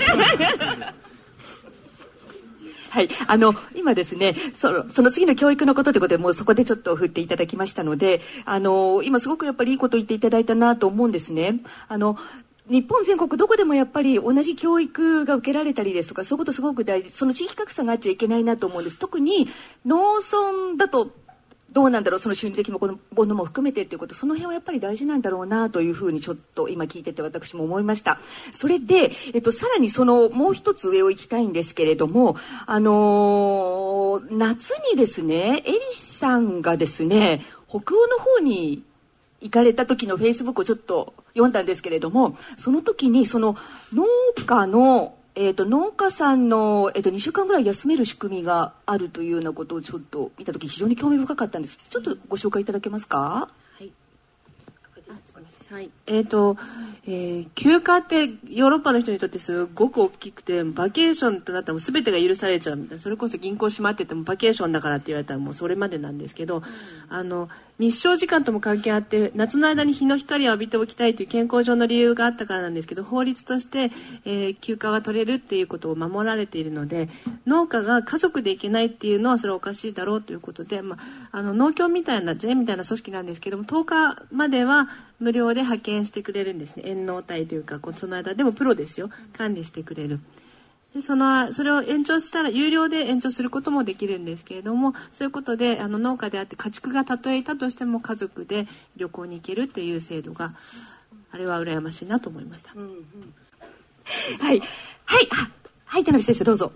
はい、あの今ですね、その、その次の教育のことということでもうそこでちょっと振っていただきましたので、あの今すごくやっぱりいいこと言っていただいたなと思うんですね。あの日本全国どこでもやっぱり同じ教育が受けられたりですとか、そういうことすごく大事、その地域格差があっちゃいけないなと思うんです。特に農村だとどうなんだろう、その収入的なものも含めてっていうこと、その辺はやっぱり大事なんだろうなというふうにちょっと今聞いてて私も思いました。それで、えっと、さらにそのもう一つ上を行きたいんですけれども、あのー、夏にですね、エリさんがですね、北欧の方に行かれた時のフェイスブックをちょっと読んだんですけれども、その時にその農家のえー、と農家さんの、えー、とにしゅうかんぐらい休める仕組みがあるというようなことをちょっと見たとき非常に興味深かったんです。ちょっとご紹介いただけますか。 はい、はい、えーとえー、休暇ってヨーロッパの人にとってすごく大きくて、バケーションとなったら全てが許されちゃうみたいな、それこそ銀行閉まっててもバケーションだからって言われたらもうそれまでなんですけど、うん、あの日照時間とも関係あって、夏の間に日の光を浴びておきたいという健康上の理由があったからなんですけど、法律として、えー、休暇が取れるっていうことを守られているので、農家が家族で行けないっていうのはそれはおかしいだろうということで、まあ、あの農協みたいな ジェー みたいな組織なんですけども、とおかまでは無料で派遣してくれるんですね。遠農隊というか、その間でもプロですよ、管理してくれる。でそのそれを延長したら有料で延長することもできるんですけれども、そういうことであの農家であって家畜がたとえいたとしても家族で旅行に行けるっていう制度が、あれは羨ましいなと思いました。うんうん、 はいはいはい、田辺先生どうぞ。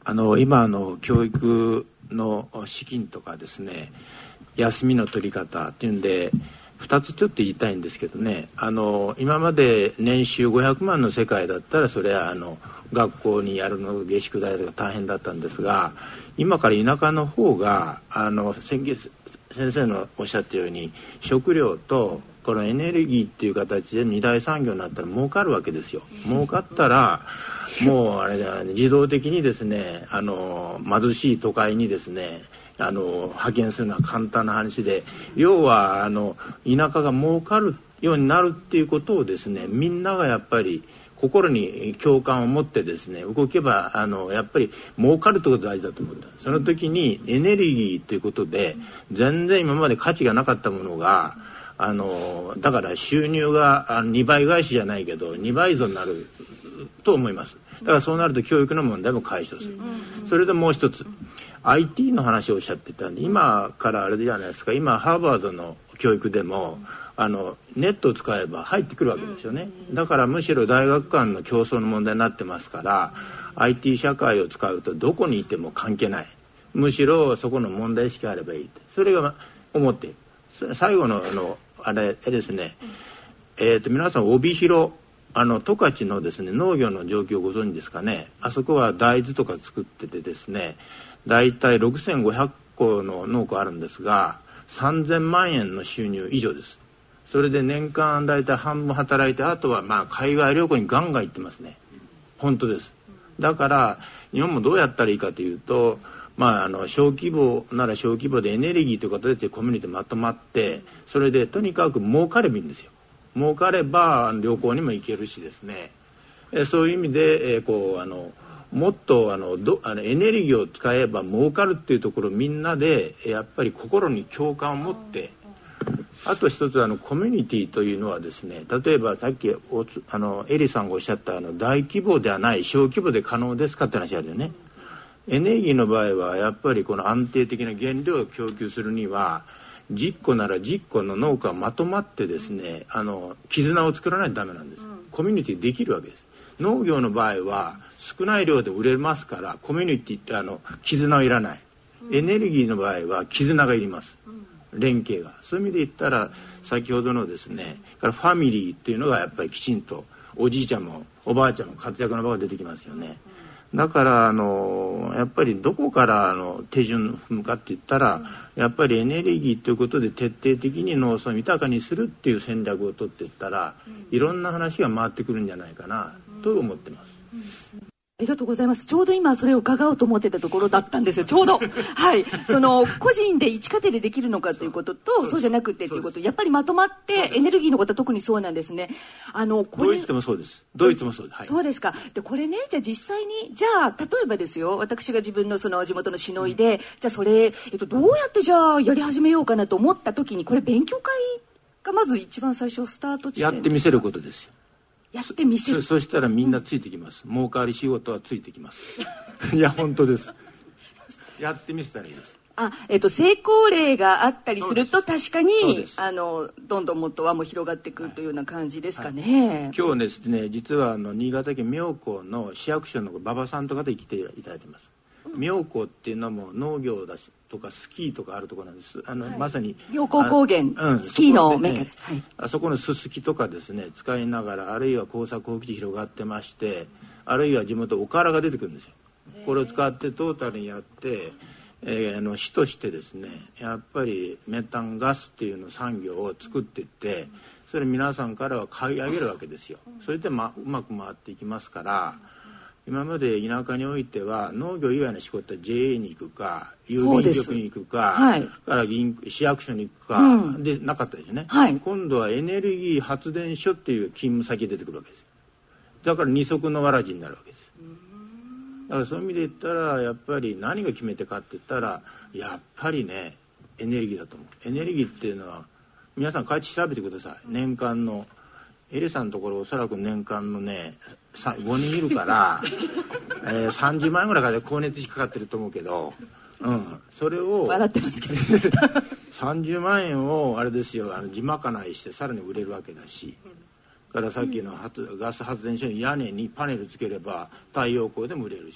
あの今あの教育の資金とかですね、休みの取り方っていうんでふたつちょっと言いたいんですけどね、あの今まで年収ごひゃくまんの世界だったらそれはあの学校にやるの下宿代とか大変だったんですが、今から田舎の方があの先月先生のおっしゃったように食料とこのエネルギーっていう形で二大産業になったら儲かるわけですよ。儲かったらもうあれだ、ね、自動的にですね、あの貧しい都会にですねあの派遣するのは簡単な話で、要はあの田舎が儲かるようになるっていうことをですね、みんながやっぱり心に共感を持ってですね動けばあのやっぱり儲かるってことが大事だと思うんだ。その時にエネルギーということで全然今まで価値がなかったものがあのだから収入がにばい返しじゃないけどにばい以上になると思います。だからそうなると教育の問題も解消する。それでもう一つ アイティー の話をおっしゃってたんで、今からあれじゃないですか、今ハーバードの教育でもあのネットを使えば入ってくるわけですよね。だからむしろ大学間の競争の問題になってますから アイティー 社会を使うとどこにいても関係ない、むしろそこの問題意識があればいい、それが思っている。最後のあのあれですね、えーと皆さん帯広あの十勝のですね農業の状況をご存知ですかね。あそこは大豆とか作っててですね、だいたいろくせんごひゃっこの農家あるんですがさんぜんまんえんの収入以上です。それで年間だいたい半分働いて、あとはまあ海外旅行にガンガン行ってますね。本当です。だから日本もどうやったらいいかというと、まあ、あの小規模なら小規模でエネルギーということでコミュニティまとまって、それでとにかく儲かればいいんですよ。儲かれば旅行にも行けるしですね、えそういう意味で、えー、こうあのもっとあのどあのエネルギーを使えば儲かるっていうところをみんなでやっぱり心に共感を持って、あと一つあのコミュニティというのはですね、例えばさっきおつあのエリさんがおっしゃったあの大規模ではない小規模で可能ですかって話あるよね。エネルギーの場合はやっぱりこの安定的な原料を供給するにはじゅっこならじゅっこの農家がまとまってですね、あの絆を作らないとダメなんです。コミュニティできるわけです。農業の場合は少ない量で売れますからコミュニティってあの絆はいらない。エネルギーの場合は絆がいります。連携が。そういう意味で言ったら先ほどのですねからファミリーっていうのがやっぱりきちんとおじいちゃんもおばあちゃんも活躍の場が出てきますよね。だからあのやっぱりどこからあの手順を踏むかって言ったら、やっぱりエネルギーということで徹底的に農村を豊かにするっていう戦略を取っていったら、いろんな話が回ってくるんじゃないかなと思ってます。 ありがとうございます。ちょうど今それを伺おうと思ってたところだったんですよ。ちょうど。はい。その、個人で一家庭でできるのかということと、そうじゃなくてということ、やっぱりまとまってエネルギーのことは特にそうなんですね。あの、これ。 ドイツでもそうです。ドイツもそうです。はい、 そうですか。で、これね、じゃあ実際に、じゃあ、例えばですよ、私が自分のその地元のしのいで、うん、じゃあそれ、えっと、どうやってじゃあやり始めようかなと思った時に、これ勉強会がまず一番最初スタート地点。 やってみせることですよ。 やってみせる。 そ, そしたらみんなついてきます。うん、儲かり仕事はついてきます。いや本当です。やってみせたらいいです。 あ、えっと成功例があったりすると確かにあのどんどんもっと輪も広がっていくというような感じですかね。はいはい、 今日ですね、実はあの新潟県妙高の市役所の馬場さんとかで来ていただいてます。妙高っていうのも農業だしとかスキーとかあるところなんです。あの、はい、まさに妙高高原、うん、スキーのメカです。はい、 あそこのすすきとかですね使いながら、あるいは耕作放棄地広がってまして、あるいは地元おからが出てくるんですよ。これを使ってトータルにやって、えー、あの市としてですねやっぱりメタンガスっていうの産業を作っていって、それ皆さんからは買い上げるわけですよ。それで、ま、うまく回っていきますから、今まで田舎においては農業以外の仕事は ジェーエー に行くか郵便局に行くか、はい、から銀市役所に行くか、うん、でなかったですね、はい、今度はエネルギー発電所っていう勤務先が出てくるわけです。だから二足のわらじになるわけです。だからそういう意味で言ったらやっぱり何が決め手かって言ったらやっぱりねエネルギーだと思う。エネルギーっていうのは皆さん帰って調べてください。年間のエリさんのところおそらく年間のねごにんいるから、えー、さんじゅうまんえんぐらいから光熱費かかってると思うけど、うん、それを笑ってますけどさんじゅうまんえんをあれですよ、あの地まかないしてさらに売れるわけだし、からさっきの発ガス発電所に屋根にパネルつければ太陽光でも売れるし、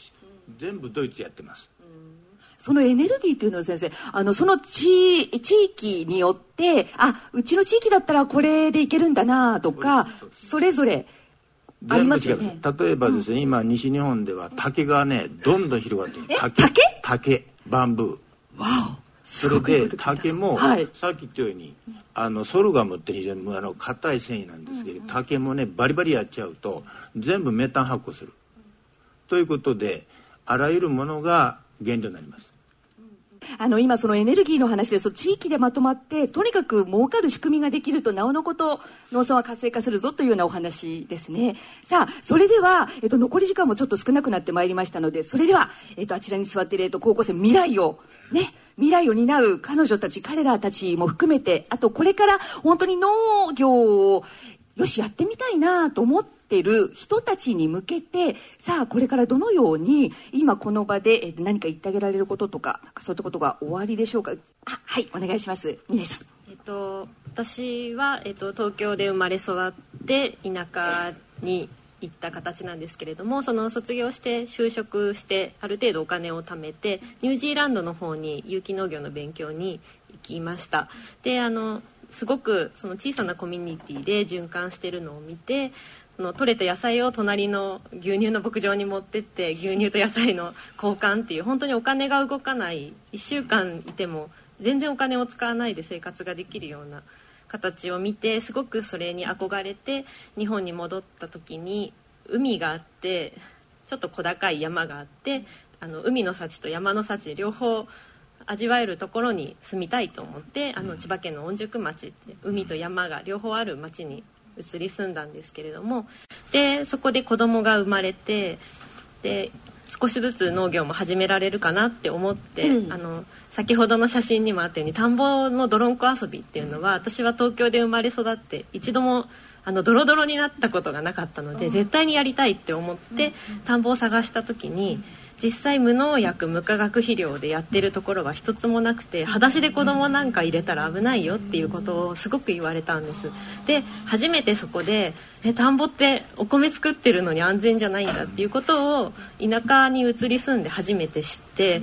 全部ドイツやってます。 そのエネルギーっていうのは先生、あのその地、地域によってあうちの地域だったらこれでいけるんだなとか、それぞれありますよね。 例えばですね、うん、今西日本では竹がねどんどん広がっている。 竹竹竹バンブー。 わお。 それで竹も、はい、さっき言ったようにあのソルガムって非常にあの硬い繊維なんですけど、うんうん、竹もねバリバリやっちゃうと全部メタン発酵する、うん、ということであらゆるものが原料になります。 あの今そのエネルギーの話でその地域でまとまってとにかく儲かる仕組みができるとなおのこと農村は活性化するぞというようなお話ですね。さあそれでは、えっと、残り時間もちょっと少なくなってまいりましたので、それでは、えっと、あちらに座っている、えっと、高校生未来をね未来を担う彼女たち彼らたちも含めて、あとこれから本当に農業をよしやってみたいなと思ってる人たちに向けて、さあこれからどのように今この場で何か言ってあげられることとか、なんかそういったことがおありでしょうか。あ、はいお願いします。峰さん。 えっと私は、えっと、東京で生まれ育って田舎に行った形なんですけれども、その卒業して就職してある程度お金を貯めてニュージーランドの方に有機農業の勉強に行きました。であのすごくその小さなコミュニティで循環しているのを見て、その取れた野菜を隣の牛乳の牧場に持ってって牛乳と野菜の交換っていう、本当にお金が動かない、いっしゅうかんいても全然お金を使わないで生活ができるような形を見て、すごくそれに憧れて日本に戻った時に、海があってちょっと小高い山があって、あの海の幸と山の幸両方味わえるところに住みたいと思って、あの千葉県の御宿町って海と山が両方ある町に移り住んだんですけれども、でそこで子供が生まれて、で少しずつ農業も始められるかなって思って、うん、あの先ほどの写真にもあったように田んぼの泥んこ遊びっていうのは、私は東京で生まれ育って一度もあのドロドロになったことがなかったので、絶対にやりたいって思って田んぼを探した時に、実際無農薬無化学肥料でやってるところは一つもなくて、裸足で子供なんか入れたら危ないよっていうことをすごく言われたんです。で初めてそこでえ田んぼってお米作ってるのに安全じゃないんだっていうことを田舎に移り住んで初めて知って、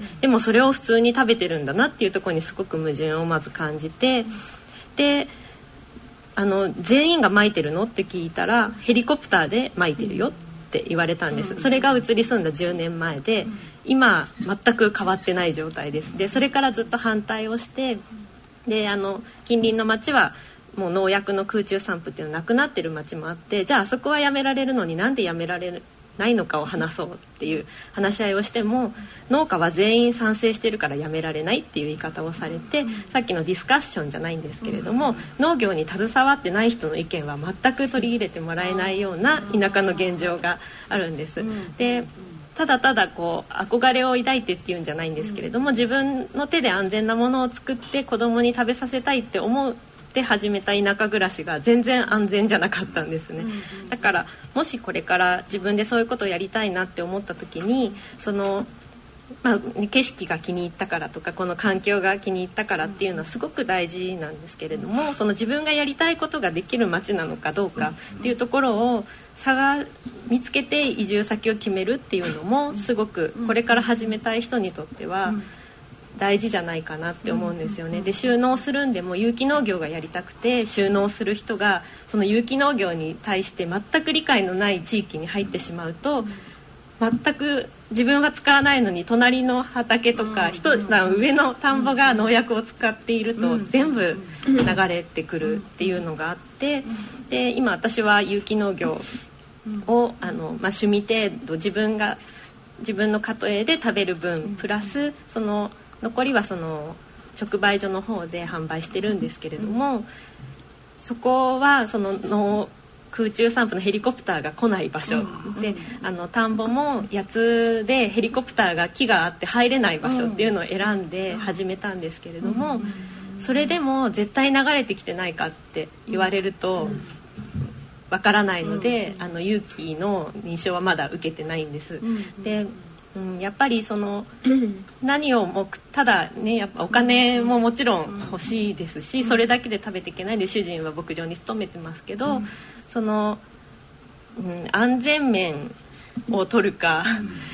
でもそれを普通に食べてるんだなっていうところにすごく矛盾をまず感じて、であの全員が撒いてるのって聞いたら、ヘリコプターで撒いてるよって言われたんです。それが移り住んだじゅうねんまえで、今全く変わってない状態です。でそれからずっと反対をして、であの近隣の町はもう農薬の空中散布っていうのなくなってる町もあって、じゃああそこはやめられるのになんでやめられないのかを話そうっていう話し合いをしても、農家は全員賛成してるからやめられないっていう言い方をされて、さっきのディスカッションじゃないんですけれども、農業に携わってない人の意見は全く取り入れてもらえないような田舎の現状があるんです。でただただこう憧れを抱いてっていうんじゃないんですけれども、自分の手で安全なものを作って子供に食べさせたいって思って始めた田舎暮らしが全然安全じゃなかったんですね。だからもしこれから自分でそういうことをやりたいなって思った時に、そのまあ、景色が気に入ったからとかこの環境が気に入ったからっていうのはすごく大事なんですけれども、その自分がやりたいことができる街なのかどうかっていうところを探見つけて移住先を決めるっていうのもすごくこれから始めたい人にとっては大事じゃないかなって思うんですよね。で収納するんでも有機農業がやりたくて収納する人がその有機農業に対して全く理解のない地域に入ってしまうと、全く自分は使わないのに隣の畑とか一段上の田んぼが農薬を使っていると全部流れてくるっていうのがあって、で今私は有機農業をあの、まあ、趣味程度自分が自分の家庭で食べる分プラスその残りはその直売所の方で販売してるんですけれども、そこはその農空中散布のヘリコプターが来ない場所で、あの田んぼも八つでヘリコプターが木があって入れない場所っていうのを選んで始めたんですけれども、それでも絶対流れてきてないかって言われるとわからないので、あの有機の認証はまだ受けてないんです。でうん、やっぱりその何をもただね、やっぱお金ももちろん欲しいですし、それだけで食べていけないんで主人は牧場に勤めてますけど、その、うん、安全面を取るか、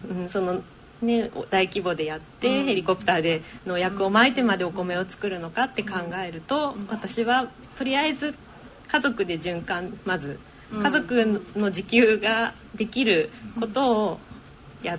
うん、そのね、大規模でやって、うん、ヘリコプターで農薬をまいてまでお米を作るのかって考えると、うん、私はとりあえず家族で循環、まず家族の自給ができることをやって、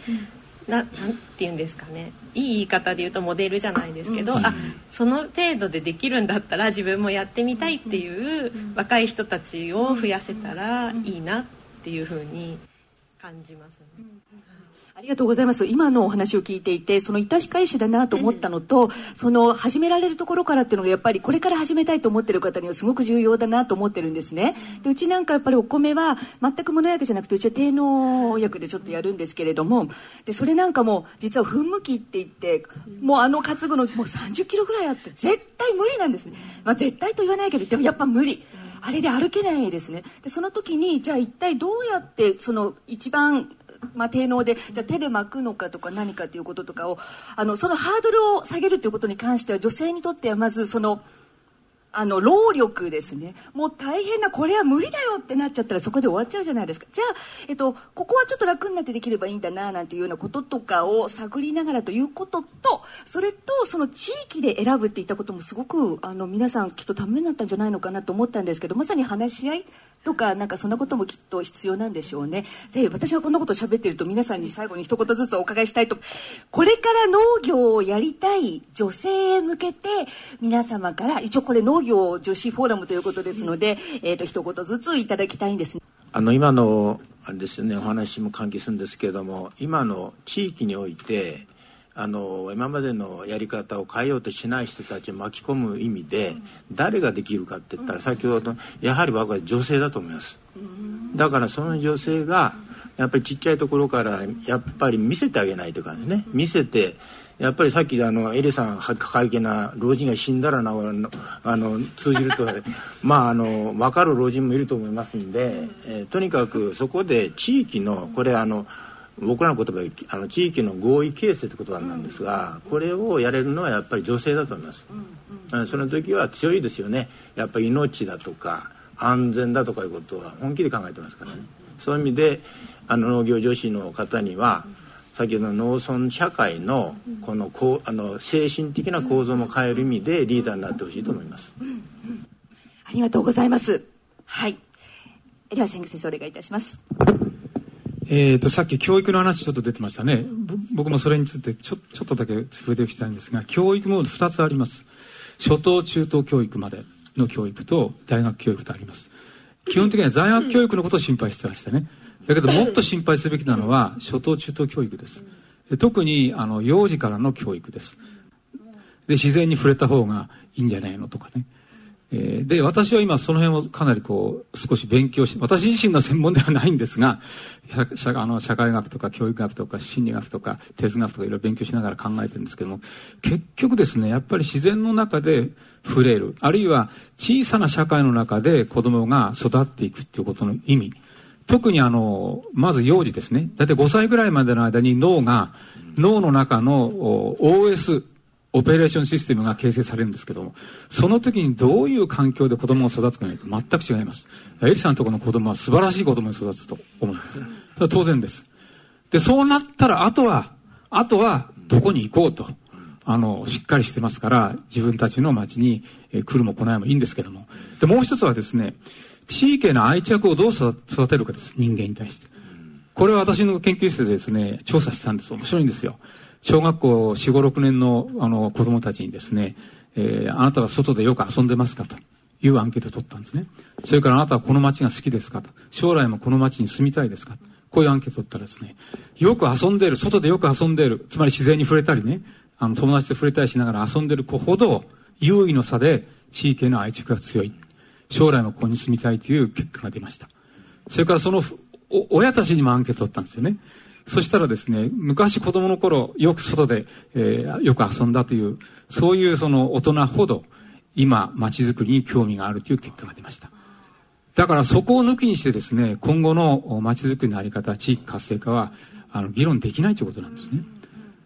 うん、な, なんて言うんですかね、いい言い方で言うとモデルじゃないですけど、うん、あその程度でできるんだったら自分もやってみたいっていう若い人たちを増やせたらいいなっていうふうに感じますね。 ありがとうございます。今のお話を聞いていて、その致し返しだなと思ったのと、その始められるところからっていうのがやっぱりこれから始めたいと思ってる方にはすごく重要だなと思ってるんですね。でうちなんかやっぱりお米は全く無農薬じゃなくて、うちは低農薬でちょっとやるんですけれども、でそれなんかも実は噴霧器って言って、もうあの担ぐのもうさんじゅっキロぐらいあって絶対無理なんですね。まあ、絶対と言わないけど、でもやっぱ無理。あれで歩けないですね。でその時にじゃあ一体どうやってその一番まあ、低能でじゃあ手で巻くのかとか何かということとかを、あのそのハードルを下げるということに関しては、女性にとってはまずそのあの労力ですね。もう大変な、これは無理だよってなっちゃったらそこで終わっちゃうじゃないですか。じゃあ、えっと、ここはちょっと楽になってできればいいんだななんていうようなこととかを探りながらということと、それとその地域で選ぶっていったこともすごくあの皆さんきっとためになったんじゃないのかなと思ったんですけど、まさに話し合いとかなんかそんなこともきっと必要なんでしょうね。で私はこんなことを喋っていると皆さんに最後に一言ずつお伺いしたいと、これから農業をやりたい女性へ向けて皆様から一応これ農業女子フォーラムということですので、えー、と一言ずついただきたいんです。 あの今のあれですね、お話も関係するんですけれども、今の地域においてあの今までのやり方を変えようとしない人たちを巻き込む意味で誰ができるかって言ったら、先ほどやはり僕は女性だと思います。だからその女性がやっぱりちっちゃいところからやっぱり見せてあげないとかですね、見せてやっぱりさっきあのエリさん会見な老人が死んだらなあの通じるとまああの分かる老人もいると思いますんで、えー、とにかくそこで地域のこれあの僕らの言葉であの地域の合意形成という言葉なんですが、これをやれるのはやっぱり女性だと思います。その時は強いですよね。やっぱり命だとか安全だとかいうことは本気で考えてますからね。そういう意味であの農業女子の方には先ほどの農村社会のこのこうあの精神的な構造も変える意味でリーダーになってほしいと思います。 ありがとうございます。はい。では千賀先生お願いいたします。 えーと、さっき教育の話ちょっと出てましたね。僕もそれについてちょ、ちょっとだけ触れておきたいんですが、教育モードふたつあります。初等中等教育までの教育と大学教育とあります。基本的には在学教育のことを心配してましてね。だけどもっと心配すべきなのは初等中等教育です。特にあの幼児からの教育です。で、自然に触れた方がいいんじゃないのとかね。えー、で、私は今その辺をかなりこう少し勉強して、私自身の専門ではないんですが、社, あの社会学とか教育学とか心理学とか哲学とかいろいろ勉強しながら考えてるんですけども、結局ですね、やっぱり自然の中で触れる、あるいは小さな社会の中で子供が育っていくっていうことの意味、特にあのまず幼児ですね。だいたいごさいぐらいまでの間に脳が脳の中の オーエスオペレーションシステムが形成されるんですけども、その時にどういう環境で子供が育つかによって全く違います。エリさんのところの子供は素晴らしい子供に育つと思います。それは当然です。で、そうなったらあとはあとはどこに行こうとあのしっかりしてますから、自分たちの町に来るも来ないもいいんですけども、でもう一つはですね、地域への愛着をどう育てるかです。人間に対して。これは私の研究室でですね調査したんです。面白いんですよ。小学校よん、ご、ろくねんのあの子供たちにですね、えー、あなたは外でよく遊んでますかというアンケートを取ったんですね。それからあなたはこの町が好きですかと、将来もこの町に住みたいですか、こういうアンケートを取ったらですね、よく遊んでいる、外でよく遊んでいる、つまり自然に触れたりね、あの友達と触れたりしながら遊んでいる子ほど優位の差で地域への愛着が強い、将来もここに住みたいという結果が出ました。それからその親たちにもアンケートを取ったんですよね。そしたらですね、昔子供の頃よく外で、えー、よく遊んだという、そういうその大人ほど今街づくりに興味があるという結果が出ました。だからそこを抜きにしてですね、今後の街づくりのあり方、地域活性化はあの議論できないということなんですね。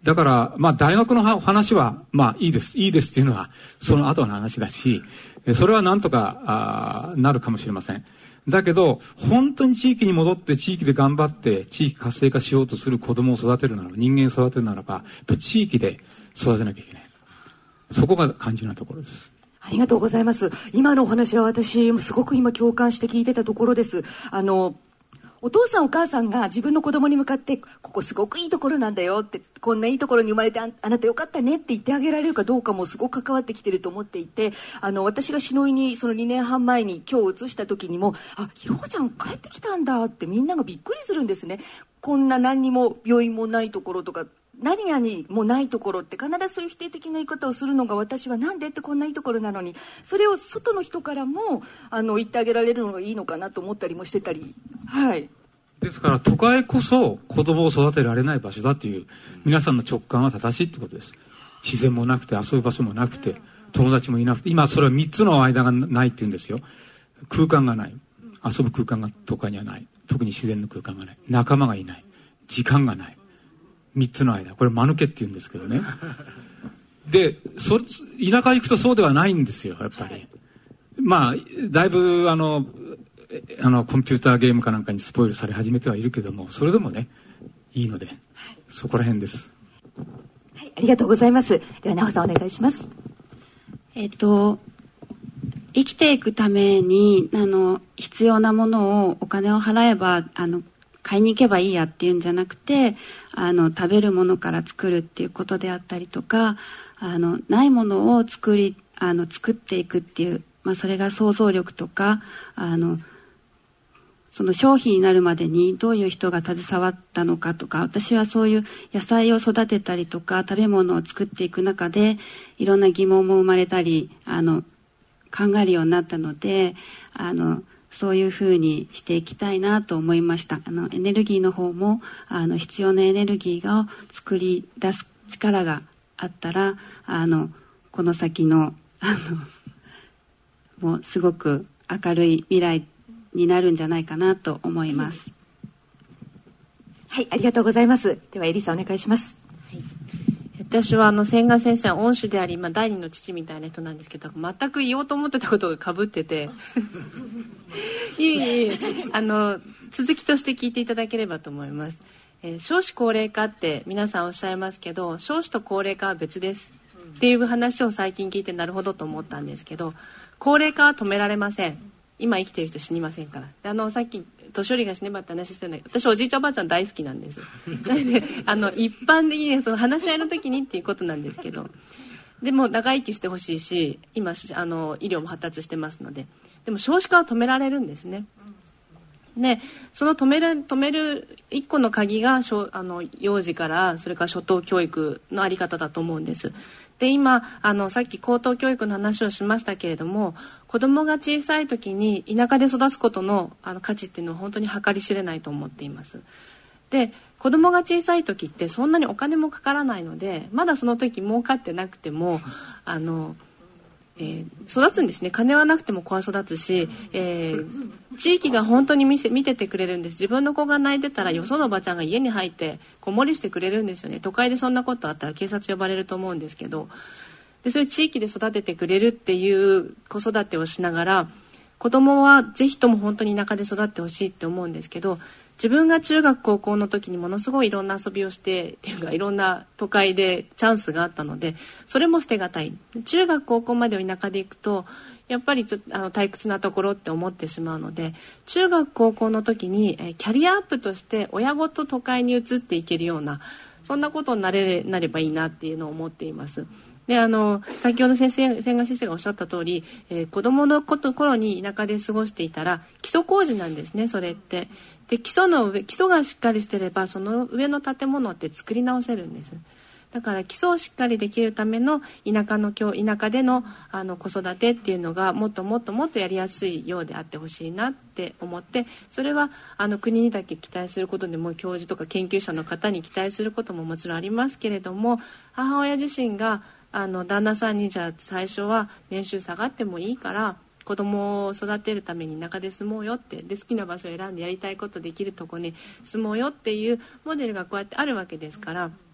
だから、まあ大学の話は、まあいいです。いいですっていうのは、その後の話だし、それはなんとか、あなるかもしれません。だけど、本当に地域に戻って地域で頑張って地域活性化しようとする子供を育てるならば、人間を育てるならば、やっぱり地域で育てなきゃいけない。そこが肝心なところです。 ありがとうございます。今のお話は私もすごく今共感して聞いてたところです。あの、お父さんお母さんが自分の子供に向かって、ここすごくいいところなんだよって、こんないいところに生まれて あ, あなたよかったねって言ってあげられるかどうかもすごく関わってきてると思っていて、あの、私が篠井にそのにねんはん前に今日移した時にも、あ、ひろこちゃん帰ってきたんだってみんながびっくりするんですね。こんな何にも病院もないところとか、何々もないところって必ずそういう否定的な言い方をするのが私はなんでってこんないいところなのに、それを外の人からもあの言ってあげられるのがいいのかなと思ったりもしてたり、はい。 ですから都会こそ子供を育てられない場所だという皆さんの直感は正しいってことです。自然もなくて遊ぶ場所もなくて友達もいなくて、今それはみっつの間がないって言うんですよ。空間がない、遊ぶ空間が都会にはない、特に自然の空間がない、仲間がいない、時間がない、三つの間、これ間抜けって言うんですけどね。で、そ、田舎行くとそうではないんですよ、やっぱり。まあ、だいぶ、あの、あの、コンピューターゲームかなんかにスポイルされ始めてはいるけども、それでもね、いいので、はい、そこら辺です。 はい、ありがとうございます。では、なおさんお願いします。 えっと、生きていくために、あの、必要なものをお金を払えば、あの、買いに行けばいいやっていうんじゃなくて、あの食べるものから作るっていうことであったりとか、あのないものを作りあの作っていくっていう、まあ、それが想像力とか、あのその商品になるまでにどういう人が携わったのかとか、私はそういう野菜を育てたりとか食べ物を作っていく中でいろんな疑問も生まれたり、あの考えるようになったので、あのそういうふうにしていきたいなと思いました。あのエネルギーの方もあの必要なエネルギーを作り出す力があったら、あのこの先のあのもうすごく明るい未来になるんじゃないかなと思います。 はい、ありがとうございます。ではエリさんお願いします。 私はあの千賀先生は恩師であり、まあ、第二の父みたいな人なんですけど、全く言おうと思ってたことが被ってていえいえ、あの続きとして聞いていただければと思います。えー、少子高齢化って皆さんおっしゃいますけど、少子と高齢化は別ですっていう話を最近聞いてなるほどと思ったんですけど、高齢化は止められません。今生きてる人死にませんから。で、あのさっき年寄りが死ねばって話してたんだけど、私おじいちゃんおばあちゃん大好きなんです。なのであの一般的にその話し合いの時にっていうことなんですけど、でも長生きしてほしいし、今あの医療も発達してますので、でも少子化は止められるんですね。で、その止める止める一個の鍵があの幼児からそれから初等教育のあり方だと思うんです。で、今あのさっき高等教育の話をしましたけれども、子供が小さい時に田舎で育つことのあの価値っていうのは本当に計り知れないと思っています。で、子供が小さい時ってそんなにお金もかからないので、まだその時儲かってなくてもあの、えー、育つんですね。金はなくても子は育つし、えー、地域が本当に見せ見ててくれるんです。自分の子が泣いてたらよそのおばちゃんが家に入って子守りしてくれるんですよね。都会でそんなことあったら警察呼ばれると思うんですけど、でそういう地域で育ててくれるっていう子育てをしながら、子供はぜひとも本当に田舎で育ってほしいって思うんですけど、自分が中学高校の時にものすごいいろんな遊びをしてっていうか、いろんな都会でチャンスがあったので、それも捨てがたい。中学高校までを田舎で行くとやっぱりちょっとあの退屈なところって思ってしまうので、中学高校の時にえキャリアアップとして親ごと都会に移っていけるような、そんなことになれなればいいなっていうのを思っています。で、あの先ほど先生千賀先生がおっしゃった通り、えー、子供のこと頃に田舎で過ごしていたら基礎工事なんですね、それって。で、基礎の上基礎がしっかりしてればその上の建物って作り直せるんです。だから基礎をしっかりできるための田舎の田舎でのあの子育てっていうのがもっともっともっとやりやすいようであってほしいなって思って、それはあの国にだけ期待することでも教授とか研究者の方に期待することももちろんありますけれども、母親自身があの旦那さんにじゃあ最初は年収下がってもいいから子供を育てるために田舎で住もうよって、で好きな場所を選んでやりたいことできるとこに住もうよっていうモデルがこうやってあるわけですから、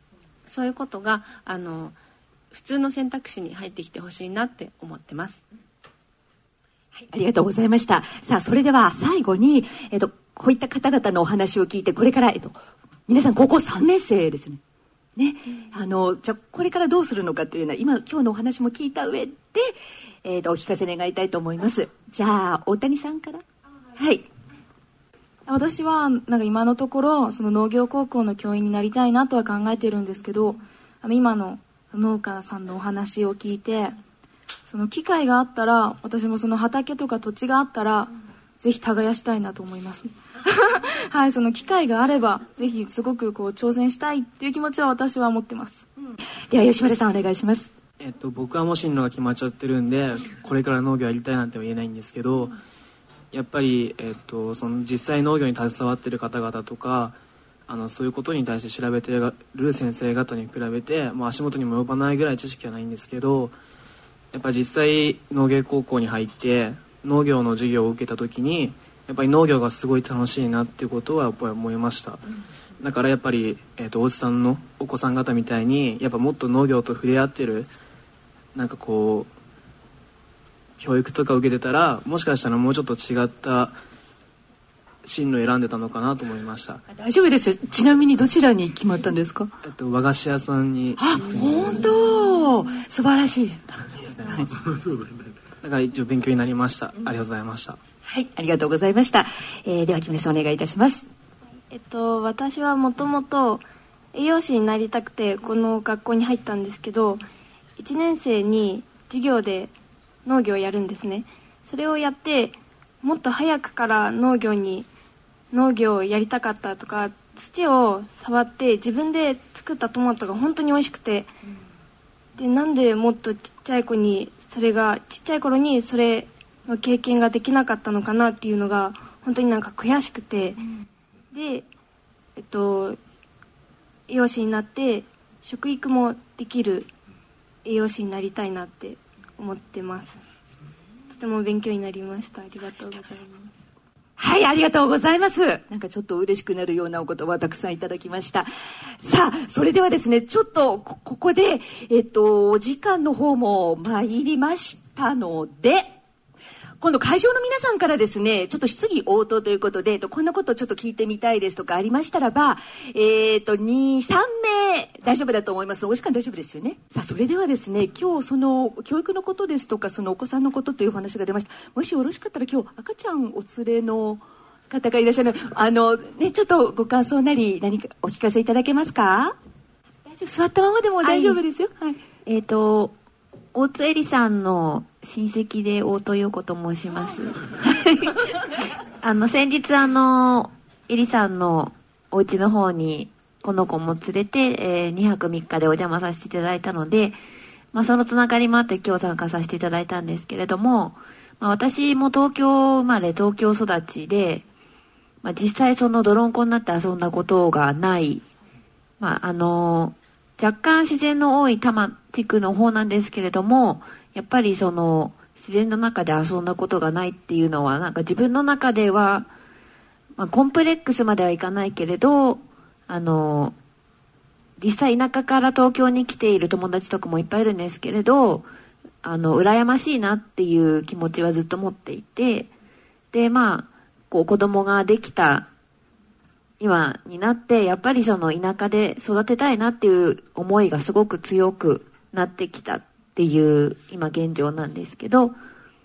そういうことがあの普通の選択肢に入ってきてほしいなって思ってます。 はい、ありがとうございました。さあ、それでは最後に、えっと、こういった方々のお話を聞いて、これから、えっと、皆さん高校さんねん生ですね。ね、あの、じゃあこれからどうするのかというのは、今、今日のお話も聞いた上で、えっと、お聞かせ願いたいと思います。じゃあ、大谷さんから。はい。 私は、なんか今のところ、その農業高校の教員になりたいなとは考えているんですけど、あの、今の農家さんのお話を聞いて、その機会があったら、私もその畑とか土地があったら、ぜひ耕したいなと思います。はい、その機会があれば、ぜひすごくこう挑戦したいっていう気持ちは私は持ってます。うん、 では吉村さんお願いします。 えっと、僕はもう進路が決まっちゃってるんで、これから農業やりたいなんては言えないんですけど、やっぱり、えっと、その実際農業に携わってる方々とか、あのそういうことに対して調べてる先生方に比べて、もう足元にも及ばないぐらい知識はないんですけど、やっぱり実際農芸高校に入って農業の授業を受けた時に、やっぱり農業がすごい楽しいなっていうことはやっぱり思いました。だからやっぱり、えーと、大津さんのお子さん方みたいにやっぱもっと農業と触れ合ってるなんかこう教育とか受けてたら、もしかしたらもうちょっと違った進路を選んでたのかなと思いました。 大丈夫ですよ。ちなみにどちらに決まったんですか？ えっと、和菓子屋さんに。 あ、本当、素晴らしい。 はい、だから一応勉強になりました。ありがとうございました。 はい、ありがとうございました。えー、では木村さんお願いいたします。 えっと私はもともと栄養士になりたくてこの学校に入ったんですけど、いちねん生に授業で農業をやるんですね。それをやってもっと早くから農業に農業をやりたかったとか、土を触って自分で作ったトマトが本当に美味しくて、でなんでもっとちっちゃい子にそれがちっちゃい頃にそれの経験ができなかったのかなっていうのが本当になんか悔しくて、でえっと栄養士になって食育もできる栄養士になりたいなって思ってます。とても勉強になりました。ありがとうございます。 はい、ありがとうございます。なんかちょっと嬉しくなるようなお言葉をたくさんいただきました。さあ、それではですね、ちょっとここで、えっと、お時間の方も参りましたので、今度会場の皆さんからですね、ちょっと質疑応答ということで、えっと、こんなことちょっと聞いてみたいですとかありましたらば、えっと、に、さんめい大丈夫だと思います。お時間大丈夫ですよね。さあ、それではですね、今日その教育のことですとか、そのお子さんのことというお話が出ました。もしよろしかったら今日赤ちゃんお連れの方がいらっしゃる、あの、ね、ちょっとご感想なり何かお聞かせいただけますか？大丈夫、座ったままでも大丈夫ですよ。はい。はい、 えっと、大津絵里さんの親戚で大戸陽子と申します。あの先日あの絵里さんのお家の方にこの子も連れて、えー、にはくみっかでお邪魔させていただいたので、まあ、そのつながりもあって今日参加させていただいたんですけれども、まあ、私も東京生まれ東京育ちで、まあ、実際その泥んこになって遊んだことがない、まああの若干自然の多い多摩地区の方なんですけれども、やっぱりその自然の中で遊んだことがないっていうのはなんか自分の中では、まあ、コンプレックスまではいかないけれど、あの実際田舎から東京に来ている友達とかもいっぱいいるんですけれど、あの羨ましいなっていう気持ちはずっと持っていて、でまあこう子供ができた今になってやっぱりその田舎で育てたいなっていう思いがすごく強くなってきたっていう今現状なんですけど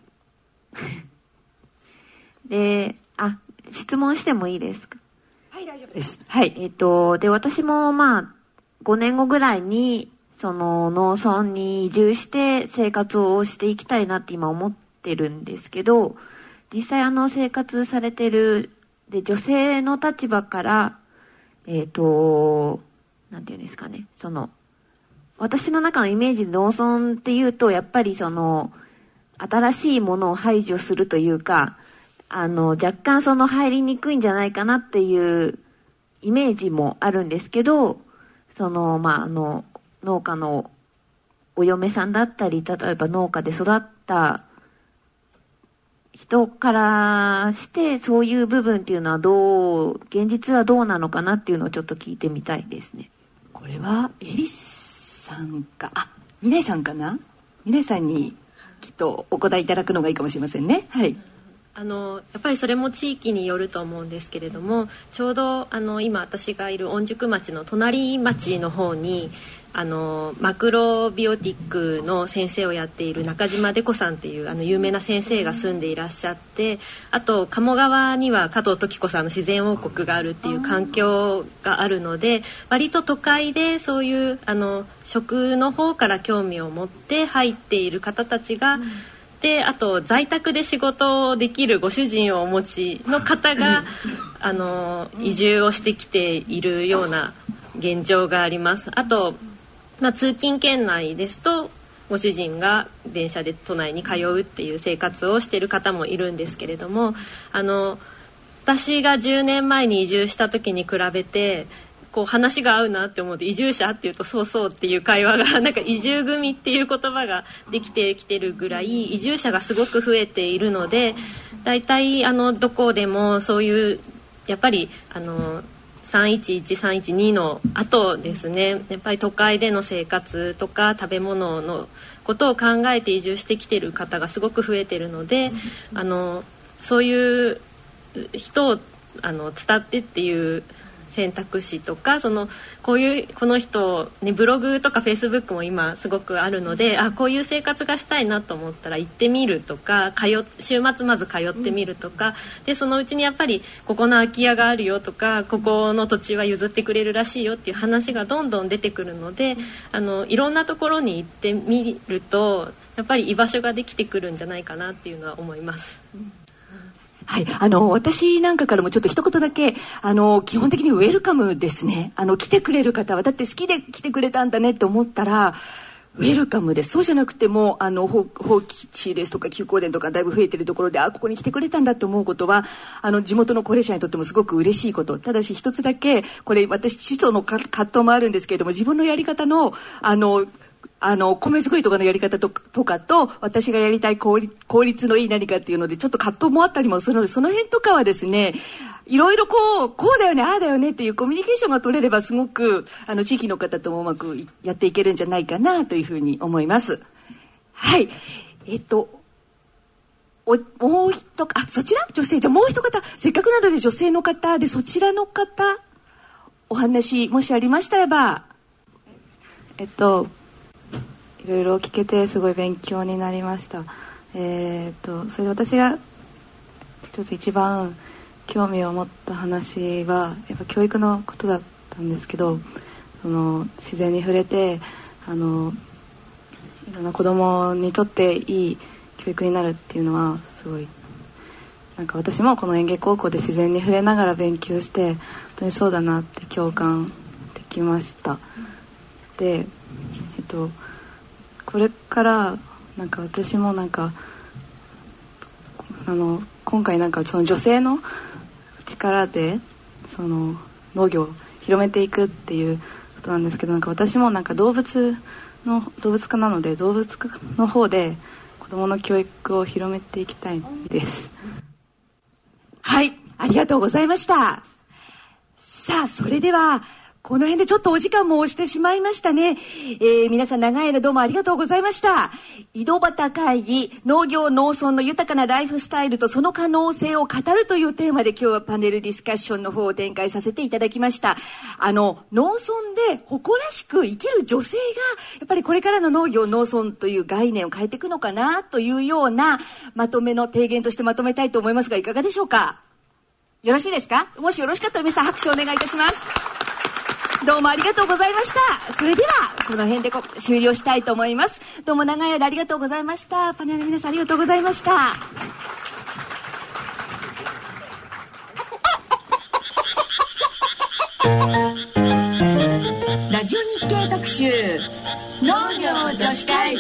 で、あ、質問してもいいですか？ はい、大丈夫です。はい。 えっと、で、私もまあごねんごぐらいにその農村に移住して生活をしていきたいなって今思ってるんですけど、実際あの生活されてるで女性の立場からえっとなんていうんですかね、その私の中のイメージで農村っていうとやっぱりその新しいものを排除するというか、あの若干その入りにくいんじゃないかなっていうイメージもあるんですけど、そのまああの農家のお嫁さんだったり、例えば農家で育った人からしてそういう部分っていうのはどう、現実はどうなのかなっていうのをちょっと聞いてみたいですね。 これはエリさんか、あ、ミナイさんかな。ミナイさんにきっとお答えいただくのがいいかもしれませんね。はい。 あのやっぱりそれも地域によると思うんですけれども、ちょうどあの今私がいる御宿町の隣町の方にあのマクロビオティックの先生をやっている中島デコさんっていうあの有名な先生が住んでいらっしゃって、あと鴨川には加藤時子さんの自然王国があるっていう環境があるので、割と都会でそういうあの食の方から興味を持って入っている方たちが、うんであと在宅で仕事をできるご主人をお持ちの方があの移住をしてきているような現状があります。あと、まあ、通勤圏内ですとご主人が電車で都内に通うっていう生活をしている方もいるんですけれども、あの私がじゅうねんまえに移住した時に比べてこう話が合うなって思って、移住者っていうとそうそうっていう会話がなんか移住組っていう言葉ができてきてるぐらい移住者がすごく増えているので、だいたいあのどこでもそういうやっぱりあのさんいちいち、さんいちにの後ですね、やっぱり都会での生活とか食べ物のことを考えて移住してきてる方がすごく増えてるので、あのそういう人をあの伝ってっていう選択肢とか、そのこういうこの人、ね、ブログとかフェイスブックも今すごくあるので、あこういう生活がしたいなと思ったら行ってみるとか、通週末まず通ってみるとか、うん、でそのうちにやっぱりここの空き家があるよとか、ここの土地は譲ってくれるらしいよっていう話がどんどん出てくるので、あのいろんなところに行ってみるとやっぱり居場所ができてくるんじゃないかなっていうのは思います。うん、 はい、あの私なんかからもちょっと一言だけ、あの基本的にウェルカムですね。あの来てくれる方はだって好きで来てくれたんだねって思ったらウェルカムです。そうじゃなくてもあの放棄地ですとか休耕田とかだいぶ増えてるところで、あここに来てくれたんだと思うことはあの地元の高齢者にとってもすごく嬉しいこと。ただし一つだけこれ私父との葛藤もあるんですけれども、自分のやり方のあのあの米作りとかのやり方と か, とかと私がやりたい 効率, 効率のいい何かっていうのでちょっと葛藤もあったりもするので、その辺とかはですねいろいろこうこうだよねああだよねっていうコミュニケーションが取れればすごくあの地域の方ともうまくやっていけるんじゃないかなというふうに思います。はいえっとおもう一あそちら女性じゃもう一方、せっかくなので女性の方でそちらの方お話もしありましたらば。 えっといろいろ聞けてすごい勉強になりました。えー、っとそれで私がちょっと一番興味を持った話はやっぱ教育のことだったんですけど、その自然に触れてあのいろんな子供にとっていい教育になるっていうのはすごいなんか私もこの園芸高校で自然に触れながら勉強して本当にそうだなって共感できました。で、えっとこれからなんか私もなんかあの今回なんかその女性の力でその農業を広めていくっていうことなんですけど、なんか私もなんか動物の動物科なので動物科の方で子どもの教育を広めていきたいです。 はい、ありがとうございました。さあそれではこの辺でちょっとお時間も押してしまいましたね。えー、皆さん長い間どうもありがとうございました。井戸端会議、農業農村の豊かなライフスタイルとその可能性を語るというテーマで今日はパネルディスカッションの方を展開させていただきました。あの農村で誇らしく生きる女性がやっぱりこれからの農業農村という概念を変えていくのかなというようなまとめの提言としてまとめたいと思いますが、いかがでしょうか。よろしいですか。もしよろしかったら皆さん拍手をお願いいたします。どうもありがとうございました。それではこの辺で終了したいと思います。どうも長い間ありがとうございました。パネルの皆さんありがとうございました。 ラジオ日経特集農業女子会。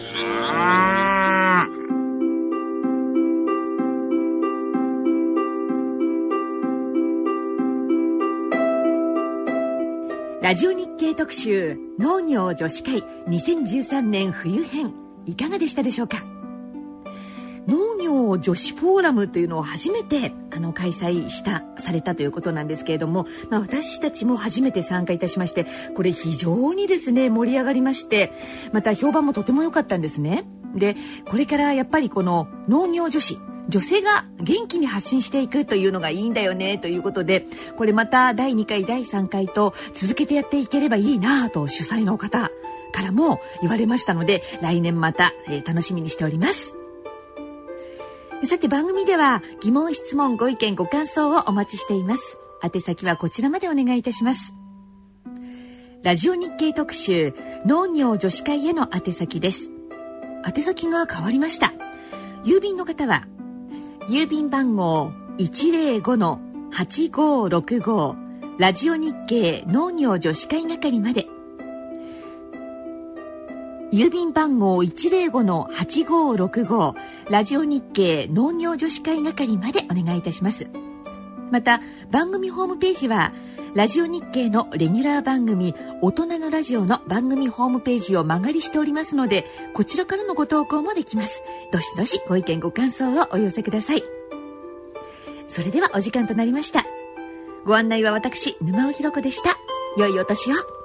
ラジオ日経特集農業女子会にせんじゅうさんねん冬編、いかがでしたでしょうか。 農業女子フォーラムというのを初めてあの開催したされたということなんですけれども、まあ、私たちも初めて参加いたしまして、これ非常にですね盛り上がりまして、また評判もとても良かったんですね。でこれからやっぱりこの農業女子女性が元気に発信していくというのがいいんだよねということで、これまただいにかいだいさんかいと続けてやっていければいいなと主催の方からも言われましたので、来年また、えー、楽しみにしております。さて番組では疑問質問ご意見ご感想をお待ちしています。宛先はこちらまでお願いいたします。ラジオ日経特集農業女子会への宛先です。宛先が変わりました。郵便の方は郵便番号 いちぜろごのはちごろくご ラジオ日経農業女子会係まで、郵便番号 いちぜろごのはちごろくご ラジオ日経農業女子会係までお願いいたします。また番組ホームページはラジオ日経のレギュラー番組大人のラジオの番組ホームページを間借りしておりますので、こちらからのご投稿もできます。どしどしご意見ご感想をお寄せください。それではお時間となりました。ご案内は私沼尾ひろ子でした。良いお年を。